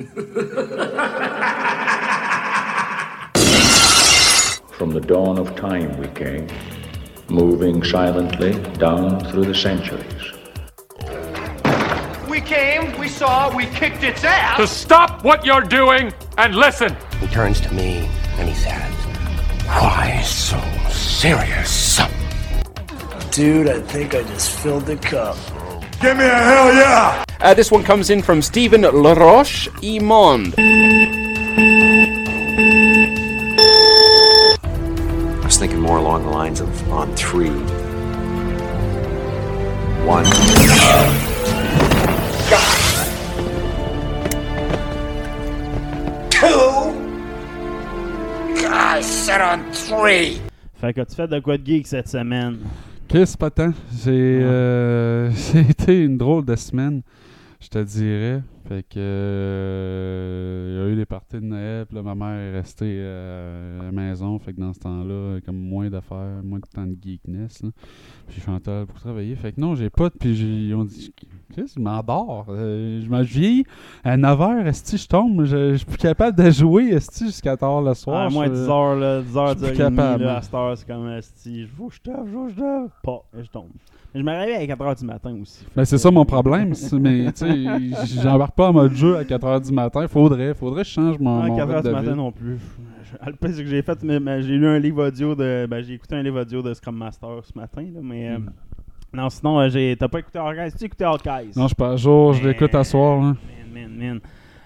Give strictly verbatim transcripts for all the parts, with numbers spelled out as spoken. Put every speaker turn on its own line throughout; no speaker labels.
From the dawn of time we came, moving silently down through the centuries.
We came, we saw, we kicked its ass!
To stop what you're doing and listen!
He turns to me and he says, "Why so serious?"
Dude, I think I just filled the cup.
Give me a hell yeah!
Uh, this one comes in from Stephen Laroche Imond.
I was thinking more along the lines of on three. One.
Two. I said on three.
Fait que tu fais de quoi de geek cette semaine?
Chris, pas tant. J'ai, euh, été une drôle de semaine, je te dirais. Fait que euh, il y a eu des parties de Noël, puis là, ma mère est restée euh, à la maison. Fait que dans ce temps-là, comme moins d'affaires, moins de temps de geekness. Là. Puis Chantal pour travailler. Fait que non, j'ai pas. Puis j'ai, ils ont dit, Chris, je m'endors. Euh, je m'en vieillis. À neuf heures, esti, je tombe. Je, je suis plus capable de jouer, esti, jusqu'à tard le soir.
À moins
je,
dix heures, là, dix heures,
je suis
dix heures trente,
capable.
là, à cette heure, c'est comme esti, je joue, je toffe, je joue, je toffe. Pas, et je tombe. Mais je me réveille à quatre heures du matin aussi.
Ben c'est ça mon problème. C'est, mais tu sais, j'embarque pas en mode jeu à quatre heures du matin. Faudrait, faudrait que je change mon,
ah,
mon
quatre heures
rythme
du
de
matin
vie.
non plus. Je, le pire, c'est que j'ai fait, mais, mais j'ai lu un livre audio de, ben j'ai écouté un livre audio de Scrum Master ce matin, là, mais.
Mm.
Euh, non, sinon, euh, j'ai, t'as pas écouté Hawkeye? Tu écouté Hawkeye?
Non, je suis pas à jour. Je l'écoute à soir. Là.
Man, man, man.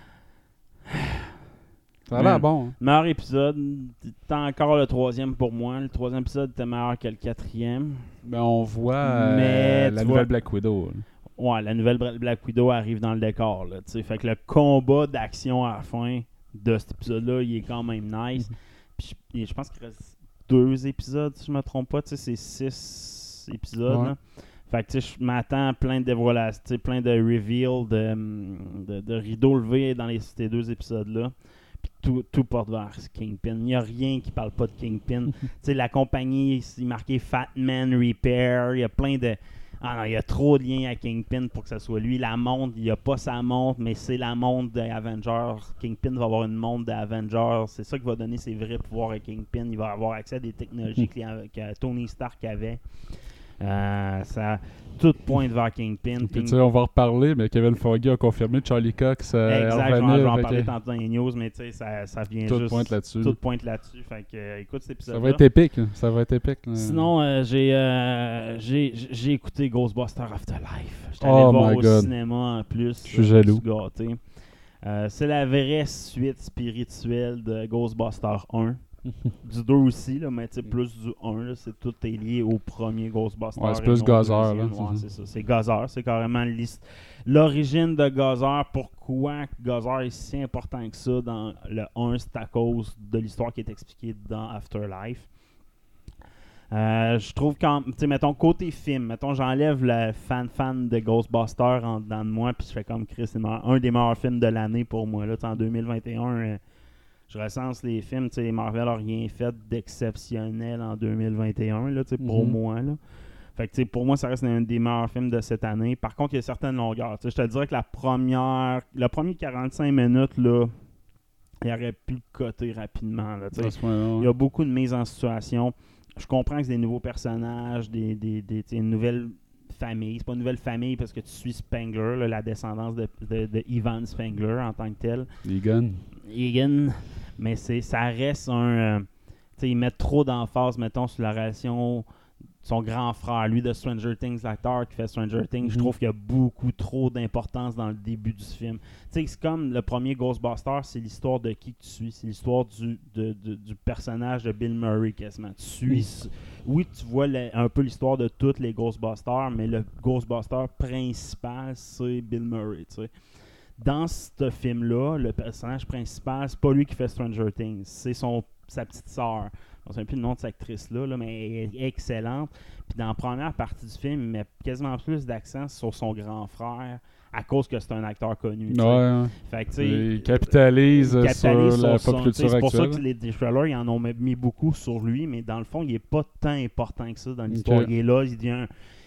Ça a l'air bon. Hein.
Meilleur épisode. C'était encore le troisième pour moi. Le troisième épisode était meilleur que le quatrième.
Ben, on voit euh,
Mais
la
tu
nouvelle
vois,
Black Widow. Là.
Ouais, la nouvelle Black Widow arrive dans le décor. Là, fait que le combat d'action à la fin de cet épisode-là, il est quand même nice. Puis je, je pense qu'il reste deux épisodes, si je me trompe pas. C'est six épisodes.
Ouais.
Là. Fait que je m'attends à plein de dévoilations, plein de reveals, de, de, de rideaux levés dans les, ces deux épisodes-là. Puis tout, tout porte vers Kingpin. Il n'y a rien qui parle pas de Kingpin. La compagnie, c'est marqué Fat Man Repair. Il y a plein de... Ah non, il y a trop de liens à Kingpin pour que ça soit lui. La montre, il n'y a pas sa montre, mais c'est la montre des Avengers. Kingpin va avoir une montre des Avengers. C'est ça qui va donner ses vrais pouvoirs à Kingpin. Il va avoir accès à des technologies que, que Tony Stark avait. Euh, ça, tout pointe vers Kingpin.
Puis,
King...
on va en reparler, mais Kevin Feige a confirmé Charlie Cox euh,
exact, je vais en parler
que...
tantôt dans les news, mais tu sais, ça, ça vient
tout
juste...
pointe là-dessus.
Tout pointe là-dessus. Fait que, euh, écoute cet épisode-là.
Ça va être épique. Ça va être épique. Là.
Sinon, euh, j'ai, euh, j'ai, j'ai écouté Ghostbusters Afterlife. J'étais
oh
allé voir
my
au
God.
cinéma en plus.
Je suis jaloux.
Gâté. Euh, c'est la vraie suite spirituelle de Ghostbusters un. Du deux aussi, là, mais plus du un, là, c'est tout est lié au premier Ghostbusters.
Ouais, c'est plus Gozer. Là,
ouais, c'est ça. C'est Gozer. C'est carrément l'origine de Gozer. Pourquoi Gozer est si important que ça dans le un, c'est à cause de l'histoire qui est expliquée dans Afterlife. Euh, je trouve quand, tu sais, mettons, côté film, mettons, j'enlève le fan-fan de Ghostbusters en dedans de moi, puis je fais comme Chris, c'est un des meilleurs films de l'année pour moi, là, en deux mille vingt et un. Euh, Je recense les films, tu sais, Marvel n'a rien fait d'exceptionnel en deux mille vingt et un, là, tu sais, pour
mm-hmm.
moi, là. Fait que, tu sais, pour moi, ça reste un des meilleurs films de cette année. Par contre, il y a certaines longueurs. Tu sais, je te dirais que la première, le premier quarante-cinq minutes, là, il aurait pu le coter rapidement, là, tu sais. Il y a beaucoup de mise en situation. Je comprends que c'est des nouveaux personnages, des, des, des, tu sais, une nouvelle famille. C'est pas une nouvelle famille parce que tu suis Spengler, là, la descendance de, de, de Ivan Spengler en tant que tel.
Egan.
Egan. Mais c'est, ça reste un... Euh, tu sais, ils mettent trop d'emphase, mettons, sur la relation de son grand frère, lui de Stranger Things, l'acteur qui fait Stranger Things. Mm-hmm. Je trouve qu'il y a beaucoup trop d'importance dans le début du film. Tu sais, c'est comme le premier Ghostbusters, c'est l'histoire de qui que tu suis. C'est l'histoire du, de, de, du personnage de Bill Murray, quasiment. Tu suis... Mm-hmm. Oui, tu vois le, un peu l'histoire de tous les Ghostbusters, mais le Ghostbuster principal, c'est Bill Murray, tu sais. Dans ce film-là, le personnage principal, c'est pas lui qui fait Stranger Things, c'est son, sa petite sœur. On ne sait plus le nom de cette actrice-là, là, mais elle est excellente. Puis dans la première partie du film, il met quasiment plus d'accent sur son grand frère à cause que c'est un acteur connu.
Ouais, ouais.
Fait que,
il capitalise, il capitalise sur, sur la pop culture actuelle. C'est
pour ça que les, les trailers, ils en ont mis beaucoup sur lui, mais dans le fond, il n'est pas tant important que ça dans l'histoire. Okay. Il est là, il devient...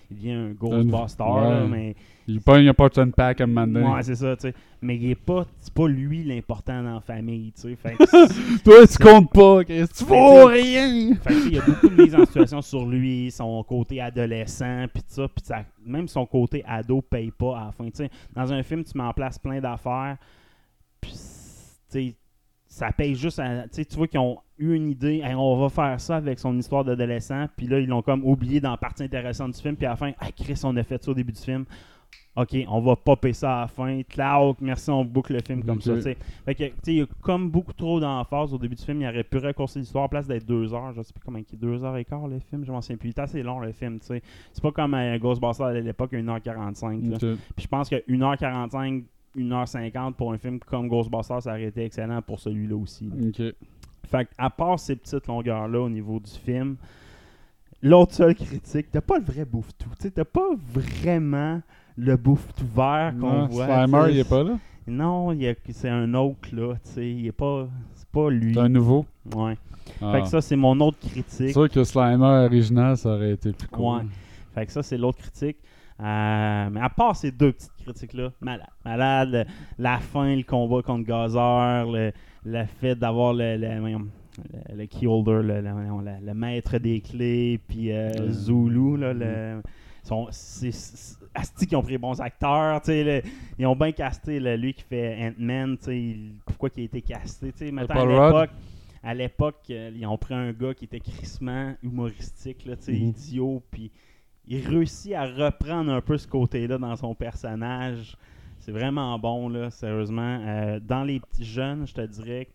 il devient un Ghostbuster,
ouais.
là, mais...
Il pogne un Porton Pack à un moment donné.
Ouais, c'est ça, tu sais. Mais il est pas, c'est pas lui l'important dans la famille, tu sais. Fait que
Toi, tu comptes pas, qu'est-ce que tu vaux rien!
Fait que il y a beaucoup de mises en situation sur lui, son côté adolescent, puis tout ça, puis ça, même son côté ado paye pas à la fin, tu sais. Dans un film, tu mets en place plein d'affaires, puis, tu sais, ça paye juste à... Tu sais, tu vois qu'ils ont eu une idée, hey, on va faire ça avec son histoire d'adolescent, puis là, ils l'ont comme oublié dans la partie intéressante du film, puis à la fin, hey, Chris, on a fait ça au début du film. OK, on va popper ça à la fin. Claude, merci, on boucle le film comme okay. ça, tu sais. Fait que, tu sais, il y a comme beaucoup trop d'emphase au début du film. Il aurait pu raccourcir l'histoire à place d'être deux heures. Je sais plus comment il est, deux heures et quart le film, je m'en souviens plus. Il est assez long le film, tu sais. C'est pas comme un Ghostbusters à l'époque, une heure quarante-cinq. Là. Okay. Puis je pense que une heure quarante-cinq, une heure cinquante pour un film comme Ghostbusters, ça aurait été excellent pour celui-là aussi. Là.
OK.
Fait à part ces petites longueurs-là au niveau du film, l'autre seule critique, t'as pas le vrai bouffe-tout. Tu sais, t'as pas vraiment... le bouffe tout vert qu'on
non,
voit.
Slimer, il est pas là?
Non, il a, c'est un autre, là. Tu sais, il est pas... C'est pas lui.
C'est un nouveau?
Ouais.
Ah.
Fait que ça, c'est mon autre critique.
C'est sûr que Slimer original, ça aurait été plus cool.
Ouais. Fait que ça, c'est l'autre critique. Euh, mais à part ces deux petites critiques-là, malade. Malade, le, la fin, le combat contre Gozer, le, le fait d'avoir le... le, le le, le keyholder, le, le, le, le maître des clés, puis euh, mm. Zulu, là, le... Son, c'est, c'est, asti qu'ils ont pris les bons acteurs, tu sais, ils ont bien casté là, lui qui fait Ant-Man, tu sais, pourquoi il a été casté, tu sais, maintenant à l'époque, à l'époque euh, ils ont pris un gars qui était crissement humoristique, là, tu sais, mm-hmm. idiot, puis il réussit à reprendre un peu ce côté-là dans son personnage, c'est vraiment bon, là, sérieusement. Euh, dans les petits jeunes, je te dirais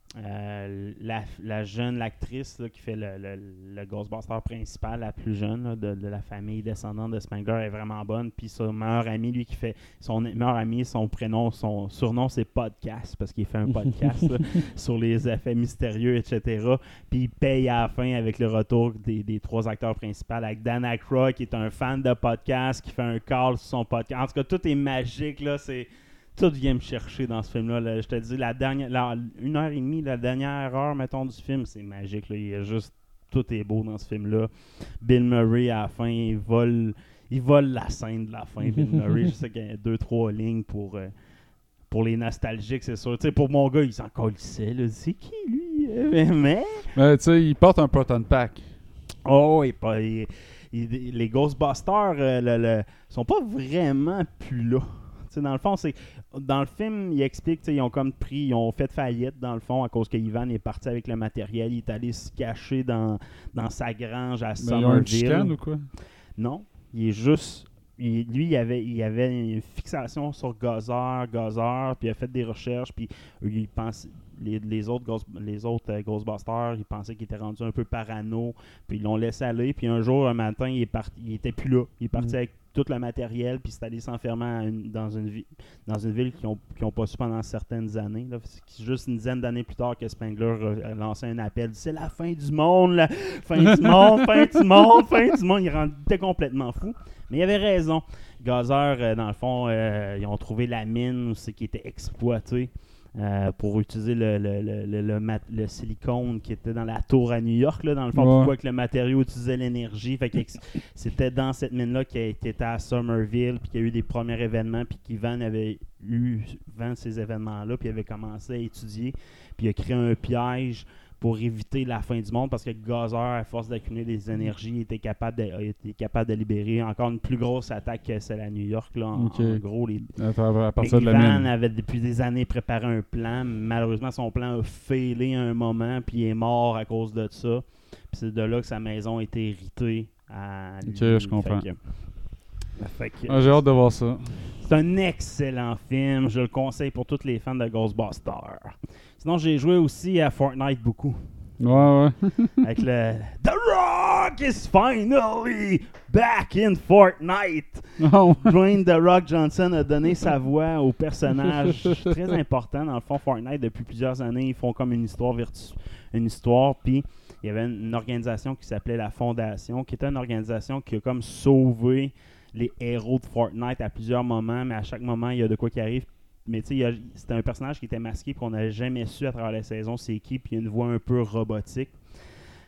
Euh, la, la jeune l'actrice là, qui fait le, le, le Ghostbuster principal, la plus jeune là, de, de la famille descendante de Spengler, est vraiment bonne. Puis son meilleur ami, lui qui fait son meilleur ami, son prénom, son surnom c'est Podcast parce qu'il fait un podcast là, sur les effets mystérieux, et cetera. Puis il paye à la fin avec le retour des, des trois acteurs principaux, avec Dan Aykroyd qui est un fan de podcast, qui fait un call sur son podcast. En tout cas, tout est magique là, c'est tout vient me chercher dans ce film-là. Là. Je te dis, la dernière, la, une heure et demie, la dernière heure, mettons, du film, c'est magique. Là. Il y a juste, tout est beau dans ce film-là. Bill Murray, à la fin, il vole, il vole la scène de la fin. Bill Murray, je sais qu'il y a deux, trois lignes pour, euh, pour les nostalgiques, c'est sûr. T'sais, pour mon gars, il s'en colissait. Là. C'est qui, lui? Mais...
Mais tu sais, il porte un Proton Pack.
Oh, il, il, il, les Ghostbusters euh, le, le, sont pas vraiment plus là. T'sais, dans le fond, c'est dans le film, il explique qu'ils ont comme pris, ils ont fait faillite dans le fond à cause que Ivan est parti avec le matériel, il est allé se cacher dans, dans sa grange à Somerville.
Mais il y a un chicane ou quoi?
Non, il est juste, il, lui il avait, il avait une fixation sur Gozer, Gozer, puis il a fait des recherches, puis il pensait, les, les autres, Ghost, les autres euh, Ghostbusters, ils pensaient qu'il était rendu un peu parano, puis ils l'ont laissé aller, puis un jour, un matin, il est parti, il était plus là, il est parti mm. avec tout le matériel, puis c'est allé s'enfermer une, dans, une vi- dans une ville qu'ils n'ont qui ont pas su pendant certaines années. Là. C'est juste une dizaine d'années plus tard que Spengler a lancé un appel. C'est la fin du monde, la fin du monde, fin du monde, fin du monde. Il rendait complètement fou. Mais il avait raison. Gozer, euh, dans le fond, euh, ils ont trouvé la mine où c'est qui était exploité. Euh, pour utiliser le, le, le, le, le, mat- le silicone qui était dans la tour à New York, là, dans le fond, ouais. Pourquoi que le matériau utilisait l'énergie. Fait que c'était dans cette mine-là qui était à Somerville, puis qu'il y a eu des premiers événements, puis qu'Ivan avait eu vent ces événements-là, puis il avait commencé à étudier, puis il a créé un piège pour éviter la fin du monde, parce que Gozer, à force d'accumuler des énergies, était capable de, était capable de libérer encore une plus grosse attaque que celle à New York. Là, en,
okay.
en gros, les,
à partir de la
Ivan
mine.
avait depuis des années préparé un plan. Malheureusement, son plan a failé à un moment, puis il est mort à cause de ça. Puis c'est de là que sa maison a été héritée à lui.
Ok, je comprends.
Fait que, fait que,
ah, j'ai hâte de voir ça.
C'est un excellent film. Je le conseille pour tous les fans de Ghostbusters. Sinon, j'ai joué aussi à Fortnite beaucoup.
Ouais, ouais.
Avec le The Rock is finally back in Fortnite.
Oh.
Dwayne The Rock Johnson a donné sa voix au personnage très important dans le fond Fortnite depuis plusieurs années. Ils font comme une histoire virtu- une histoire. Puis il y avait une organisation qui s'appelait la Fondation, qui était une organisation qui a comme sauvé les héros de Fortnite à plusieurs moments, mais à chaque moment il y a de quoi qui arrive. Mais tu sais, c'était un personnage qui était masqué qu'on n'a jamais su à travers la saison c'est qui, puis il y a une voix un peu robotique.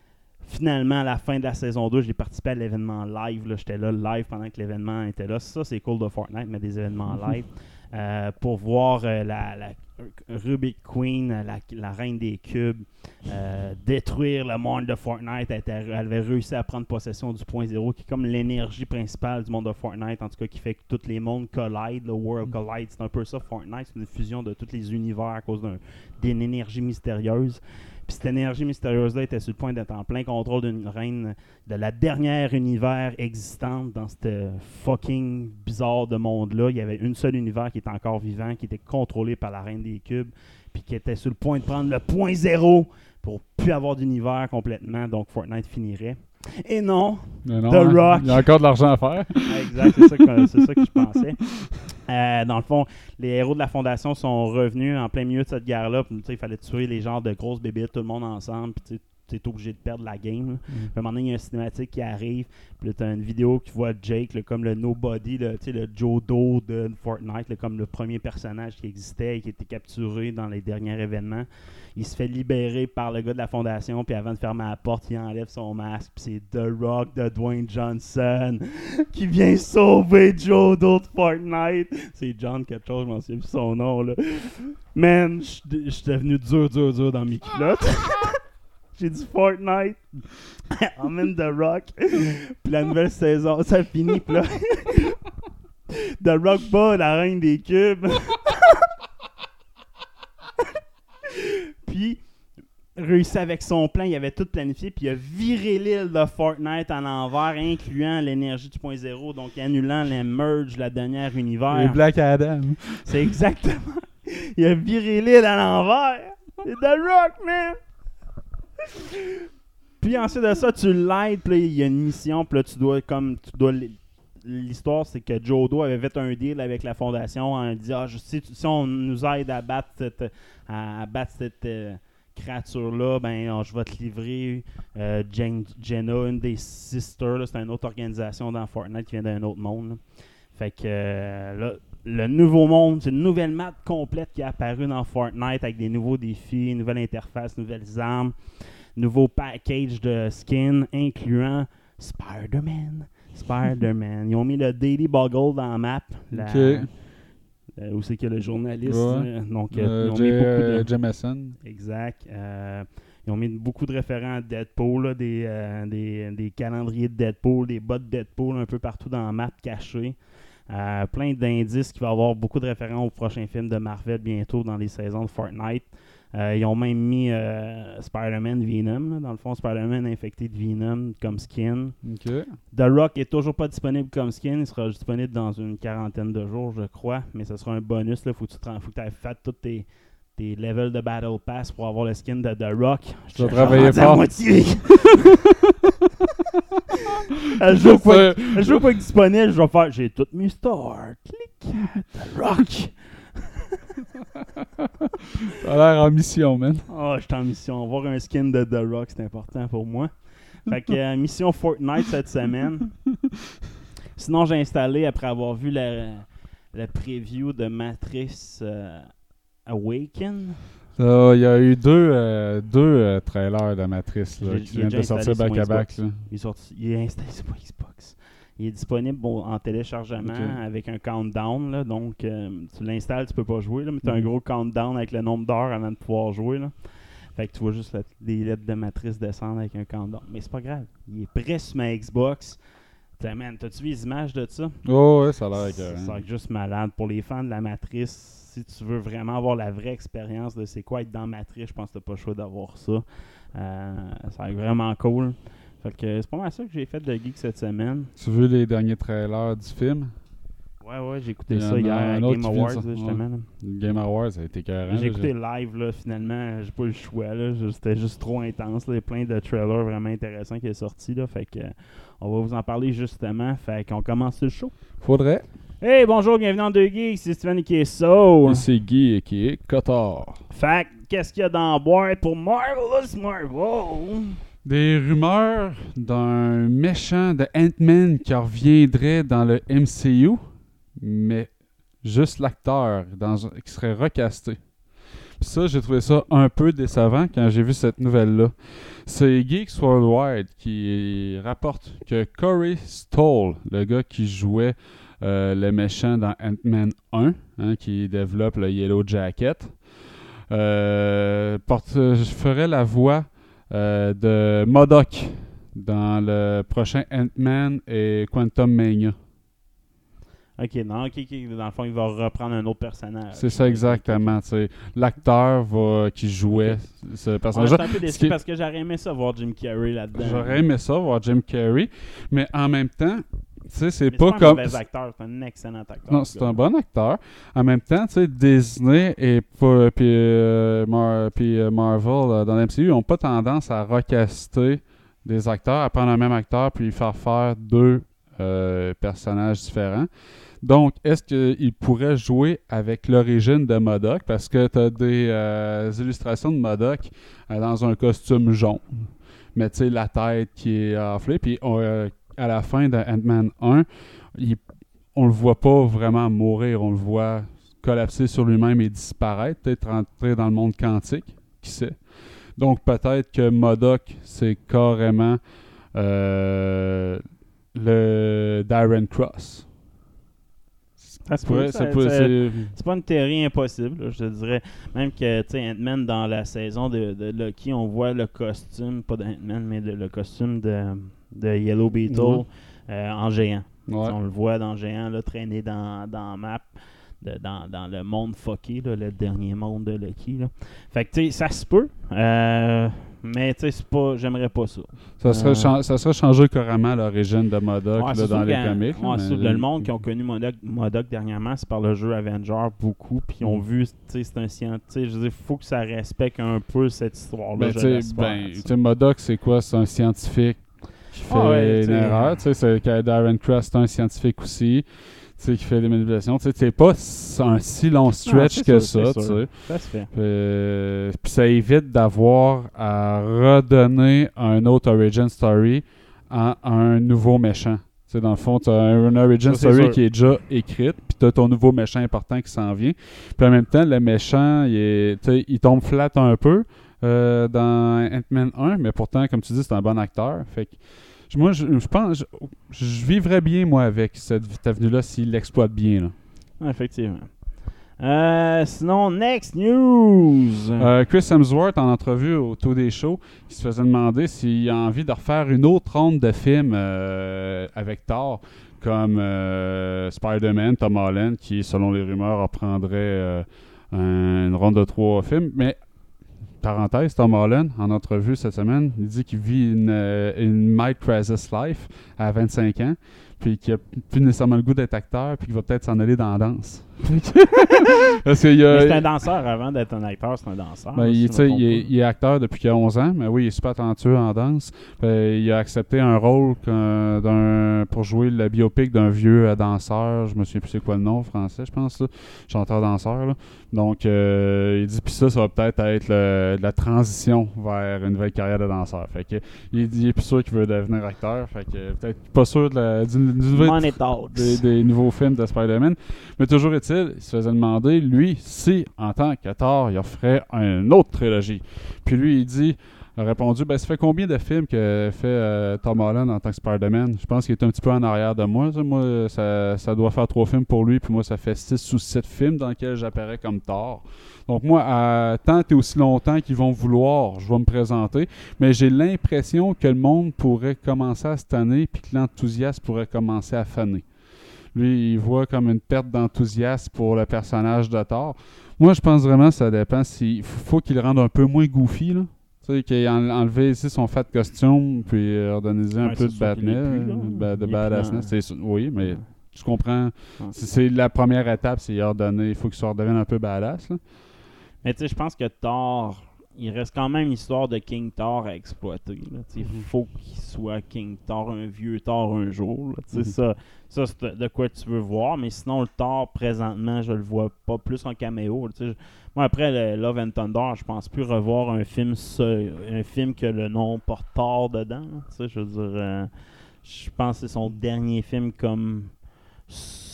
finalement, à la fin de la saison deux, j'ai participé à l'événement live. Là. J'étais là live pendant que l'événement était là. Ça, c'est cool de Fortnite, mais des événements live. Euh, pour voir euh, la, la Ruby Queen, la, la reine des cubes, euh, détruire le monde de Fortnite. Elle, était, elle avait réussi à prendre possession du point zéro, qui est comme l'énergie principale du monde de Fortnite, en tout cas qui fait que tous les mondes collide, le world collide. C'est un peu ça, Fortnite. C'est une fusion de tous les univers à cause d'un, d'une énergie mystérieuse. Puis cette énergie mystérieuse-là était sur le point d'être en plein contrôle d'une reine de la dernière univers existante dans ce fucking bizarre de monde-là. Il y avait une seule univers qui était encore vivant, qui était contrôlé par la reine des cubes, puis qui était sur le point de prendre le point zéro pour plus avoir d'univers complètement, donc Fortnite finirait. Et non,
non
The
hein,
Rock.
Il y a encore de l'argent à faire.
Exact, c'est ça que, c'est ça que je pensais. Euh, dans le fond, les héros de la Fondation sont revenus en plein milieu de cette guerre-là. Puis, il fallait tuer les genres de grosses bébites, tout le monde ensemble. Puis tu es obligé de perdre la game. Mm. Puis, à un moment donné, il y a une cinématique qui arrive. Puis tu as une vidéo qui voit Jake là, comme le nobody, là, le Joe Doe de Fortnite, là, comme le premier personnage qui existait et qui était capturé dans les derniers événements. Il se fait libérer par le gars de la Fondation, puis avant de fermer la porte, il enlève son masque, puis c'est The Rock de Dwayne Johnson qui vient sauver Joe Doe de Fortnite. C'est John quelque chose, je m'en souviens plus son nom, là. Man, je suis devenu dur, dur, dur dans mes culottes. J'ai dit Fortnite, emmène The Rock, puis la nouvelle saison, ça finit, puis là, The Rock bat la reine des cubes. Puis, réussi avec son plan, il avait tout planifié, puis il a viré l'île de Fortnite à l'envers, incluant l'énergie du point zéro, donc annulant les merges, la dernière univers.
Et Black Adam.
C'est exactement. Il a viré l'île à l'envers. C'est The Rock, man! Puis ensuite de ça, tu l'aides, puis il y a une mission, puis là, tu dois, comme, tu dois... L'histoire, c'est que Joe Doe avait fait un deal avec la Fondation en disant ah, si, si on nous aide à battre cette, à, à battre cette euh, créature-là, ben oh, je vais te livrer euh, Jen, Jenna, une des sisters. Là, c'est une autre organisation dans Fortnite qui vient d'un autre monde. Là. Fait que euh, là, le nouveau monde, c'est une nouvelle map complète qui est apparue dans Fortnite avec des nouveaux défis, une nouvelle interface, nouvelles armes, nouveau package de skins, incluant Spider-Man. Spider-Man. Ils ont mis le Daily Bugle dans la map. La,
okay.
euh, où c'est que le journaliste.
Ouais.
Euh, donc, euh,
euh,
ils ont
J-
mis beaucoup de...
Jameson.
Exact. Euh, ils ont mis beaucoup de référents à Deadpool, là, des, euh, des, des calendriers de Deadpool, des bots de Deadpool un peu partout dans la map cachée. Euh, plein d'indices qui vont avoir beaucoup de référents au prochain film de Marvel bientôt dans les saisons de Fortnite. Euh, ils ont même mis euh, Spider-Man Venom, là, dans le fond, Spider-Man infecté de Venom comme skin.
Okay.
The Rock est toujours pas disponible comme skin, il sera disponible dans une quarantaine de jours, je crois, mais ce sera un bonus. Il faut que tu aies fait tous tes, tes levels de Battle Pass pour avoir le skin de The Rock.
Je vais travailler fort.
À moitié. Le jour où il est disponible, je vais faire j'ai toutes mes stars. Clic, The Rock.
T'as l'air en mission, man.
Oh, je suis en mission. Avoir un skin de The Rock, c'est important pour moi. Fait que euh, mission Fortnite cette semaine. Sinon, j'ai installé, après avoir vu la, la preview de Matrix euh, Awaken.
Il uh, y a eu deux, euh, deux euh, trailers de Matrix là,
J'ai,
qui viennent de sortir back-à-back.
Il, il, est sorti, il est installé sur mon Xbox. Il est disponible bon, en téléchargement okay. avec un countdown. Là, donc, euh, tu l'installes, tu peux pas jouer, là, mais tu as mm. un gros countdown avec le nombre d'heures avant de pouvoir jouer. Là. Fait que tu vois juste la, les lettres de Matrice descendre avec un countdown. Mais c'est pas grave. Il est prêt sur ma Xbox. T'as, man, t'as-tu vu les images de ça?
Oh, ouais, ça a l'air écœurant.
Ça a l'air juste malade. Pour les fans de la Matrice, si tu veux vraiment avoir la vraie expérience de c'est quoi être dans Matrice, je pense que t'as pas le choix d'avoir ça. Euh, ça a l'air vraiment cool. Fait que c'est pas mal ça que j'ai fait de geek cette semaine.
Tu as vu les derniers trailers du film?
Ouais, ouais, j'ai écouté ça hier à Game Awards, là, justement. Là.
Game Awards, ça a été écœurant.
J'ai écouté live, là, finalement. J'ai pas eu le choix, là. C'était juste trop intense. Là. Il y a plein de trailers vraiment intéressants qui sont sortis, là. Fait que, on va vous en parler justement. Fait qu'on commence le show.
Faudrait.
Hey, bonjour, bienvenue dans Deux Geeks. C'est Steven qui est so.
C'est Guy qui est Cotard.
Fait qu'est-ce qu'il y a dans la boîte pour Marvelous Marvel?
Des rumeurs d'un méchant de Ant-Man qui reviendrait dans le M C U, mais juste l'acteur dans, qui serait recasté. Puis ça, j'ai trouvé ça un peu décevant quand j'ai vu cette nouvelle-là. C'est Geeks Worldwide qui rapporte que Corey Stoll, le gars qui jouait euh, le méchant dans Ant-Man un, hein, qui développe le Yellow Jacket, euh, porte, ferait la voix euh, de M O D O K dans le prochain Ant-Man et Quantum Mania.
Ok, non, ok, ok, dans le fond, il va reprendre un autre personnage.
C'est ça exactement. T'sais. L'acteur va, qui jouait okay. ce personnage.
Ouais, je suis un peu déçu qui... parce que j'aurais aimé ça voir Jim Carrey là-dedans.
J'aurais aimé ça voir Jim Carrey, mais en même temps, c'est, c'est
mais
pas
c'est
comme.
C'est un mauvais acteur, c'est un excellent acteur.
Non, c'est un bon acteur. En même temps, tu sais, Disney et puis euh, Mar- euh, Marvel euh, dans l'M C U n'ont pas tendance à recaster des acteurs, à prendre un même acteur puis faire faire deux euh, personnages différents. Donc, est-ce qu'il pourrait jouer avec l'origine de M O D O K? Parce que tu as des euh, illustrations de M O D O K euh, dans un costume jaune. Mais tu sais, la tête qui est enflée. Puis euh, à la fin de Ant-Man un, il, on le voit pas vraiment mourir. On le voit collapser sur lui-même et disparaître. Peut-être rentrer dans le monde quantique. Qui sait? Donc, peut-être que M O D O K, c'est carrément euh, le Darren Cross.
Ça se pourrait, ça, ça, ça, c'est... c'est pas une théorie impossible, là, je te dirais. Même que, tu sais, Ant-Man, dans la saison de, de Loki, on voit le costume, pas d'Ant-Man, mais de, le costume de, de Yellow Beetle ouais. euh, en géant. Ouais. On le voit dans géant, là, traîner dans, dans la map, de, dans, dans le monde fucké, là, le dernier monde de Loki. Là. Fait que, tu sais, ça se peut. Euh... Mais tu sais, c'est pas, j'aimerais pas ça.
Ça serait, euh... cha- ça serait changer carrément l'origine de M O D O K ouais, là, dans les quand, comics.
Ouais, mais... Le monde qui ont connu M O D O K, M O D O K dernièrement, c'est par le jeu Avenger beaucoup. Puis ils ont mm. vu, tu sais, c'est un scientifique. Je veux dire, il faut que ça respecte un peu cette histoire-là.
Ben, tu sais, ben, M O D O K, c'est quoi? C'est un scientifique qui fait ah ouais, une erreur. Tu sais, c'est que Darren Cross, c'est un scientifique aussi. Tu sais, qui fait des manipulations. Tu sais, c'est pas un si long stretch non, que sûr, ça, tu sais.
Ça se fait.
Euh, puis ça évite d'avoir à redonner un autre origin story à un nouveau méchant. Tu sais, dans le fond, tu as un origin ça, story qui est déjà écrite, puis tu as ton nouveau méchant important qui s'en vient. Puis en même temps, le méchant, il, est, tu sais, il tombe flat un peu euh, dans Ant-Man un, mais pourtant, comme tu dis, c'est un bon acteur. Fait que moi, je, je pense, je, je vivrais bien, moi, avec cette, cette avenue-là s'il l'exploite bien. Là.
Effectivement. Euh, sinon, next news!
Euh, Chris Hemsworth, en entrevue au Today Show, qui se faisait demander s'il a envie de refaire une autre ronde de films euh, avec Thor, comme euh, Spider-Man, Tom Holland, qui, selon les rumeurs, reprendrait euh, un, une ronde de trois films. Mais parenthèse, Tom Holland, en entrevue cette semaine, il dit qu'il vit une, une Mike Crisis Life à vingt-cinq ans, puis qu'il n'a plus nécessairement le goût d'être acteur, puis qu'il va peut-être s'en aller dans la danse.
Parce qu'il y a, mais c'est un danseur avant d'être un acteur, c'est un danseur.
Ben, il, il, est, il est acteur depuis qu'il a onze ans, mais oui, il est super talentueux en danse. Ben, il a accepté un rôle d'un, pour jouer le biopic d'un vieux danseur, je me souviens plus c'est quoi le nom français, je pense, là, chanteur-danseur. Là. Donc, euh, il dit, puis ça, ça va peut-être être le, la transition vers une nouvelle carrière de danseur. Fait que, il, il est plus sûr qu'il veut devenir acteur, fait que peut-être pas sûr de la, du, du, des, des nouveaux films de Spider-Man, mais toujours est-il, il se faisait demander, lui, si, en tant que Thor, il offrait une autre trilogie. Puis lui, il dit, a répondu, ben, ça fait combien de films que fait euh, Tom Holland en tant que Spider-Man? Je pense qu'il est un petit peu en arrière de moi. Ça. Moi, ça, ça doit faire trois films pour lui, puis moi, ça fait six ou sept films dans lesquels j'apparais comme Thor. Donc moi, à tant et aussi longtemps qu'ils vont vouloir, je vais me présenter, mais j'ai l'impression que le monde pourrait commencer à se tanner, puis que l'enthousiasme pourrait commencer à faner. Lui, il voit comme une perte d'enthousiasme pour le personnage de Thor. Moi, je pense vraiment que ça dépend. Il faut qu'il le rende un peu moins goofy, là. Tu sais, qu'il ait enlevé ici son fat costume, puis organiser un ouais, peu de badness, de badassness. Oui, mais tu comprends. Ouais. C'est, c'est la première étape, c'est ordonner. Il faut qu'il se redevienne un peu badass, là.
Mais tu sais, je pense que Thor, il reste quand même l'histoire de King Thor à exploiter. Il mm-hmm. faut qu'il soit King Thor, un vieux Thor un jour. Mm-hmm. Ça, ça, c'est de quoi tu veux voir. Mais sinon, le Thor, présentement, je le vois pas plus en caméo. Je, moi, après le Love and Thunder, je pense plus revoir un film seul, un film que le nom porte Thor dedans. Je veux dire, euh, je pense que c'est son dernier film comme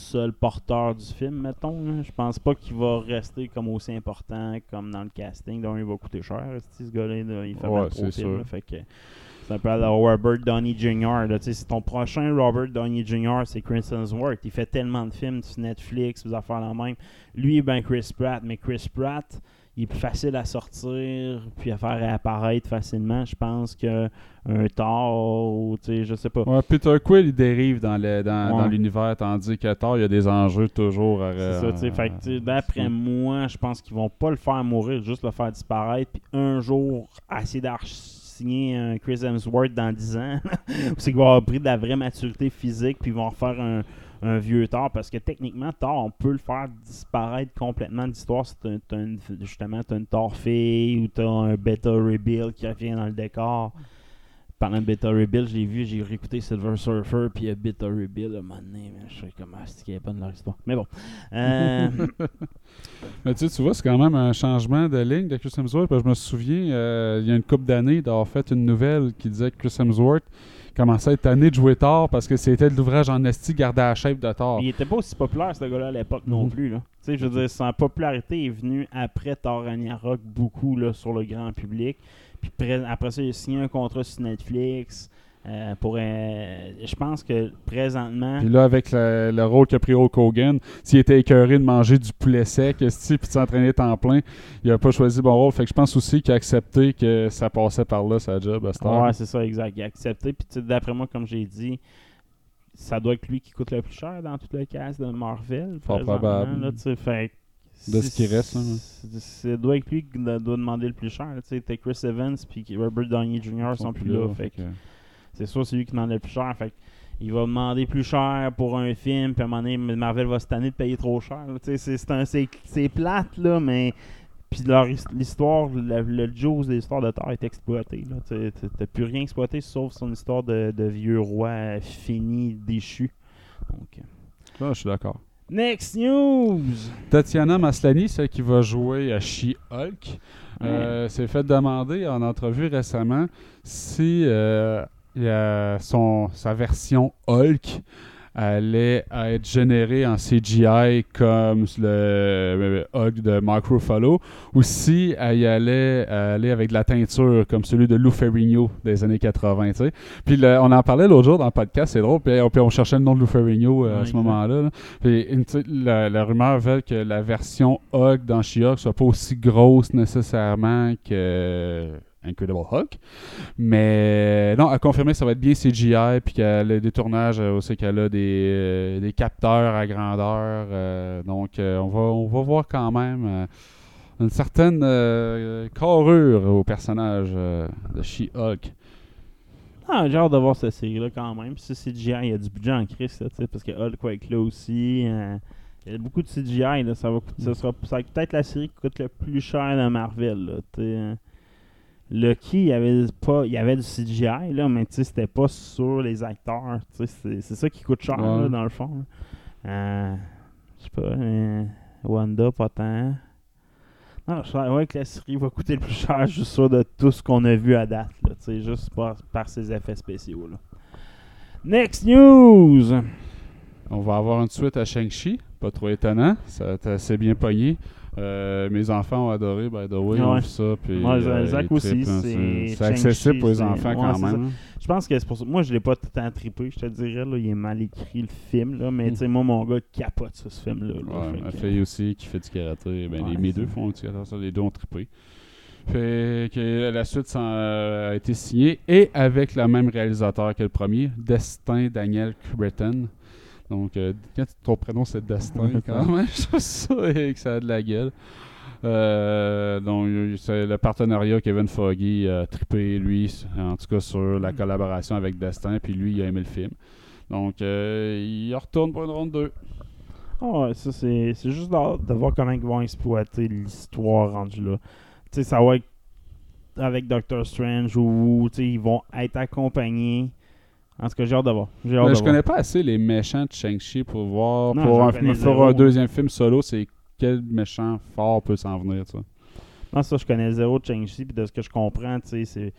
seul porteur du film, mettons. Là. Je pense pas qu'il va rester comme aussi important comme dans le casting. Donc, il va coûter cher. Ce gars-là, là, il fait
ouais,
mal trop
c'est
film.
sûr.
Là, fait que c'est un peu à la Robert Downey junior Là, c'est ton prochain Robert Downey junior, c'est Chris Hemsworth. Il fait tellement de films sur Netflix, vous affaires la même. Lui, ben Chris Pratt. Mais Chris Pratt, il est plus facile à sortir puis à faire apparaître facilement, je pense, qu'un Thor ou, tu sais, je sais pas.
Ouais, Peter Quill, il dérive dans, le, dans,
Ouais.
dans l'univers, tandis que Thor, il y a des enjeux toujours à...
C'est ça, tu sais. Fait que, tu sais, d'après moi, je pense qu'ils vont pas le faire mourir, juste le faire disparaître, puis un jour, essayer d'archi-signer un Chris Hemsworth dans dix ans, c'est qu'il va avoir pris de la vraie maturité physique, puis ils vont refaire un, un vieux Thor, parce que techniquement, Thor, on peut le faire disparaître complètement d'histoire si t'as, t'as une, justement, t'as une Thor fille, ou t'as un Beta Rebuild qui revient dans le décor. Parlant de Beta Rebuild, je l'ai vu, j'ai réécouté Silver Surfer, puis il y a Beta Rebuild à un moment donné, mais je sais comment c'est qu'il n'y a pas de leur histoire. Mais bon. Euh...
Mais tu sais, tu vois, c'est quand même un changement de ligne de Chris Hemsworth. Parce que je me souviens, euh, il y a une couple d'années, d'avoir fait une nouvelle qui disait que Chris Hemsworth commençait à être tanné de jouer Thor parce que c'était de l'ouvrage en esti garder la shape de Thor.
Il était pas aussi populaire, ce gars-là, à l'époque non plus. Là. Tu sais, je veux dire, sa popularité est venue après Thor Ragnarok, beaucoup là, sur le grand public. Puis pré- après ça, il a signé un contrat sur Netflix. Euh, pour, euh, je pense que présentement.
Puis là, avec le, le rôle qu'a pris Hulk Hogan, s'il était écœuré de manger du poulet sec, esti, puis de s'entraîner temps plein, il a pas choisi bon rôle. Fait que je pense aussi qu'il a accepté que ça passait par là, sa job à cette heure.
Ouais, c'est ça, exact. Il a accepté. Puis tu sais, d'après moi, comme j'ai dit, ça doit être lui qui coûte le plus cher dans tout le cast de Marvel.
Fort probable.
Là, tu sais, fait
de ce qui reste. Hein.
Ça doit être lui qui doit demander le plus cher. Tu sais, t'as Chris Evans puis Robert Downey junior sont, sont plus là. là fait que que... C'est sûr, c'est lui qui demande le plus cher. Fait il va demander plus cher pour un film, puis à un moment donné, Marvel va se tanner de payer trop cher. C'est, c'est, un, c'est, c'est plate, là, mais. Puis leur, l'histoire, le, le juice de l'histoire de Thor est exploité. Là. T'sais, t'as plus rien exploité sauf son histoire de, de vieux roi fini, déchu. Donc.
Là, je suis d'accord.
Next news!
Tatiana Maslany, celle qui va jouer à She-Hulk, ouais. euh, s'est fait demander en entrevue récemment si. Euh, Il y a son, sa version Hulk allait être générée en C G I comme le, le Hulk de Mark Ruffalo ou si elle y allait aller avec de la teinture comme celui de Lou Ferrigno des années quatre-vingts. T'sais. Puis le, on en parlait l'autre jour dans le podcast, c'est drôle, puis on, puis on cherchait le nom de Lou Ferrigno euh, ouais, à ce moment-là. Là. Puis une, la, la rumeur veut que la version Hulk dans She-Hulk soit pas aussi grosse nécessairement que Incredible Hulk. Mais non, elle a confirmé que ça va être bien C G I puis qu'elle a des tournages aussi, qu'elle a des, euh, des capteurs à grandeur. Euh, donc, euh, on, va, on va voir quand même euh, une certaine euh, carrure au personnage euh, de She-Hulk.
Ah, j'ai hâte de voir cette série-là quand même. Puis C G I, il y a du budget en Christ, parce que Hulk va être là aussi. Euh, il y a beaucoup de C G I. Là, ça, va coûter, ça, sera, ça va être peut-être la série qui coûte le plus cher de Marvel. Là, t'sais. Lucky, il y avait pas, il y avait du C G I là, mais tu sais, c'était pas sur les acteurs. Tu sais, c'est, c'est ça qui coûte cher ouais. là, dans le fond. Euh, je sais pas, euh, Wanda pas tant. Non, je sais ouais, que la série va coûter le plus cher, juste ça de tout ce qu'on a vu à date là, tu sais, juste par, par ses effets spéciaux là. Next news.
On va avoir une suite à Shang-Chi, pas trop étonnant, ça a assez bien pogné. Euh, mes enfants ont adoré, by the way, ils ont vu ça. Puis,
ouais,
euh,
Zach aussi.
Trippent,
c'est,
c'est, c'est accessible pour les enfants ouais, quand même.
Je pense que c'est pour ça. Moi, je l'ai pas tant trippé, je te dirais. Là, il est mal écrit le film, là, mais mm. tu sais, moi, mon gars capote sur ce film-là. Là,
ouais, ma fille aussi qui fait du karaté. Ben, ouais, les, mes deux font du karaté, les deux ont trippé. Fait que la suite ça, euh, a été signée et avec le même réalisateur que le premier, Destin Daniel Cretton. Donc, euh, quand ton prénom c'est Destin, quand même, je trouve ça et que ça a de la gueule. Euh, donc, c'est le partenariat Kevin Feige a trippé, lui, en tout cas, sur la collaboration avec Destin, puis lui, il a aimé le film. Donc, euh, il retourne pour une ronde deux.
Oh, ouais, ça, c'est, c'est juste de, de voir comment ils vont exploiter l'histoire rendue là. Tu sais, ça va être avec Doctor Strange ou, tu sais, ils vont être accompagnés. En tout cas, j'ai hâte de voir. J'ai hâte
Mais
de
je
voir.
connais pas assez les méchants de Shang-Chi pour voir.
Non,
pour un,
faire
zéro, un deuxième film solo, c'est quel méchant fort peut s'en venir, ça.
Non, ça, je connais zéro de Shang-Chi, puis de ce que je comprends, tu sais, c'est.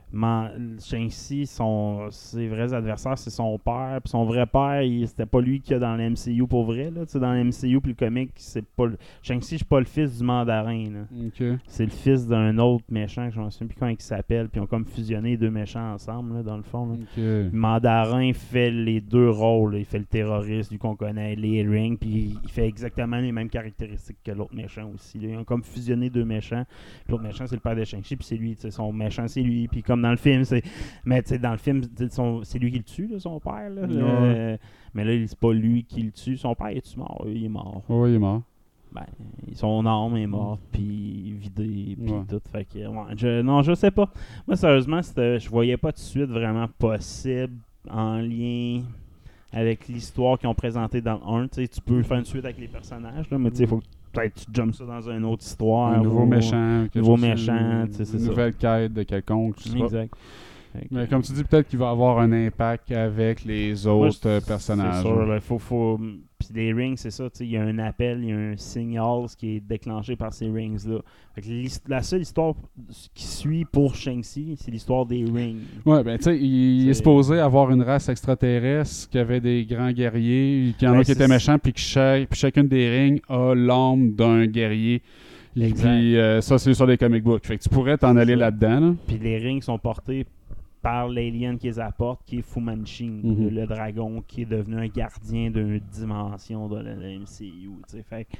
Man- Shang-Chi, son, ses vrais adversaires, c'est son père. Puis son vrai père, il, c'était pas lui qui a dans le M C U pour vrai. Là. Dans le M C U puis le comic, c'est pas le... Shang-Chi, c'est pas le fils du mandarin. Là.
Ok.
C'est le fils d'un autre méchant, que je ne sais plus comment il s'appelle. Puis ils ont comme fusionné les deux méchants ensemble, là, dans le fond. Là.
Ok.
Le mandarin fait les deux rôles. Là. Il fait le terroriste, lui qu'on connaît, les rings. Puis il fait exactement les mêmes caractéristiques que l'autre méchant aussi. Là. Ils ont comme fusionné deux méchants. Puis l'autre méchant, c'est le père de Shang-Chi. Puis c'est lui. Son méchant, c'est lui. Puis comme dans le film, c'est. Mais tu sais, dans le film, son... c'est lui qui le tue, là, son père. Là,
ouais.
euh... Mais là, c'est pas lui qui le tue. Son père, est-tu mort? Il est mort.
Oui, il est mort.
Ben, son âme est morte, puis vidée, puis
Ouais.
tout. Fait que, ouais, je, non, je sais pas. Moi, sérieusement, c'était, je voyais pas de suite vraiment possible en lien avec l'histoire qu'ils ont présentée dans le un. T'sais, tu peux faire une suite avec les personnages, là, mais il faut que peut-être tu jumps ça dans une autre histoire.
Un nouveau
ou-
méchant. quelque
nouveau
chose-
méchant, tu sais, c'est
Une
ça.
nouvelle quête de quelconque. je sais pas.
Exact. Fait que-
Mais comme tu dis, peut-être qu'il va avoir un impact avec les
Moi,
autres
c'est-
euh, personnages.
C'est sûr, là, faut, faut... Puis les rings, c'est ça, tu sais, il y a un appel, il y a un signal qui est déclenché par ces rings-là. Fait que l'his- la seule histoire qui suit pour Shang-Chi, c'est l'histoire des rings.
Ouais, ben tu sais, il est
C'est-
supposé avoir une race extraterrestre qui avait des grands guerriers, qui en
Ouais,
a qui
c'est-
étaient méchants, puis que chaque, puis chacune des rings a l'âme d'un guerrier.
Exact.
Puis euh, ça, c'est sur les comic books. Fait que tu pourrais t'en
C'est
aller
ça.
là-dedans. Là.
Puis les rings sont portés par l'alien qui les apporte, qui est Fu Manchu,
Mhm.
le, le dragon qui est devenu un gardien d'une dimension de la la M C U. tu sais. Fait que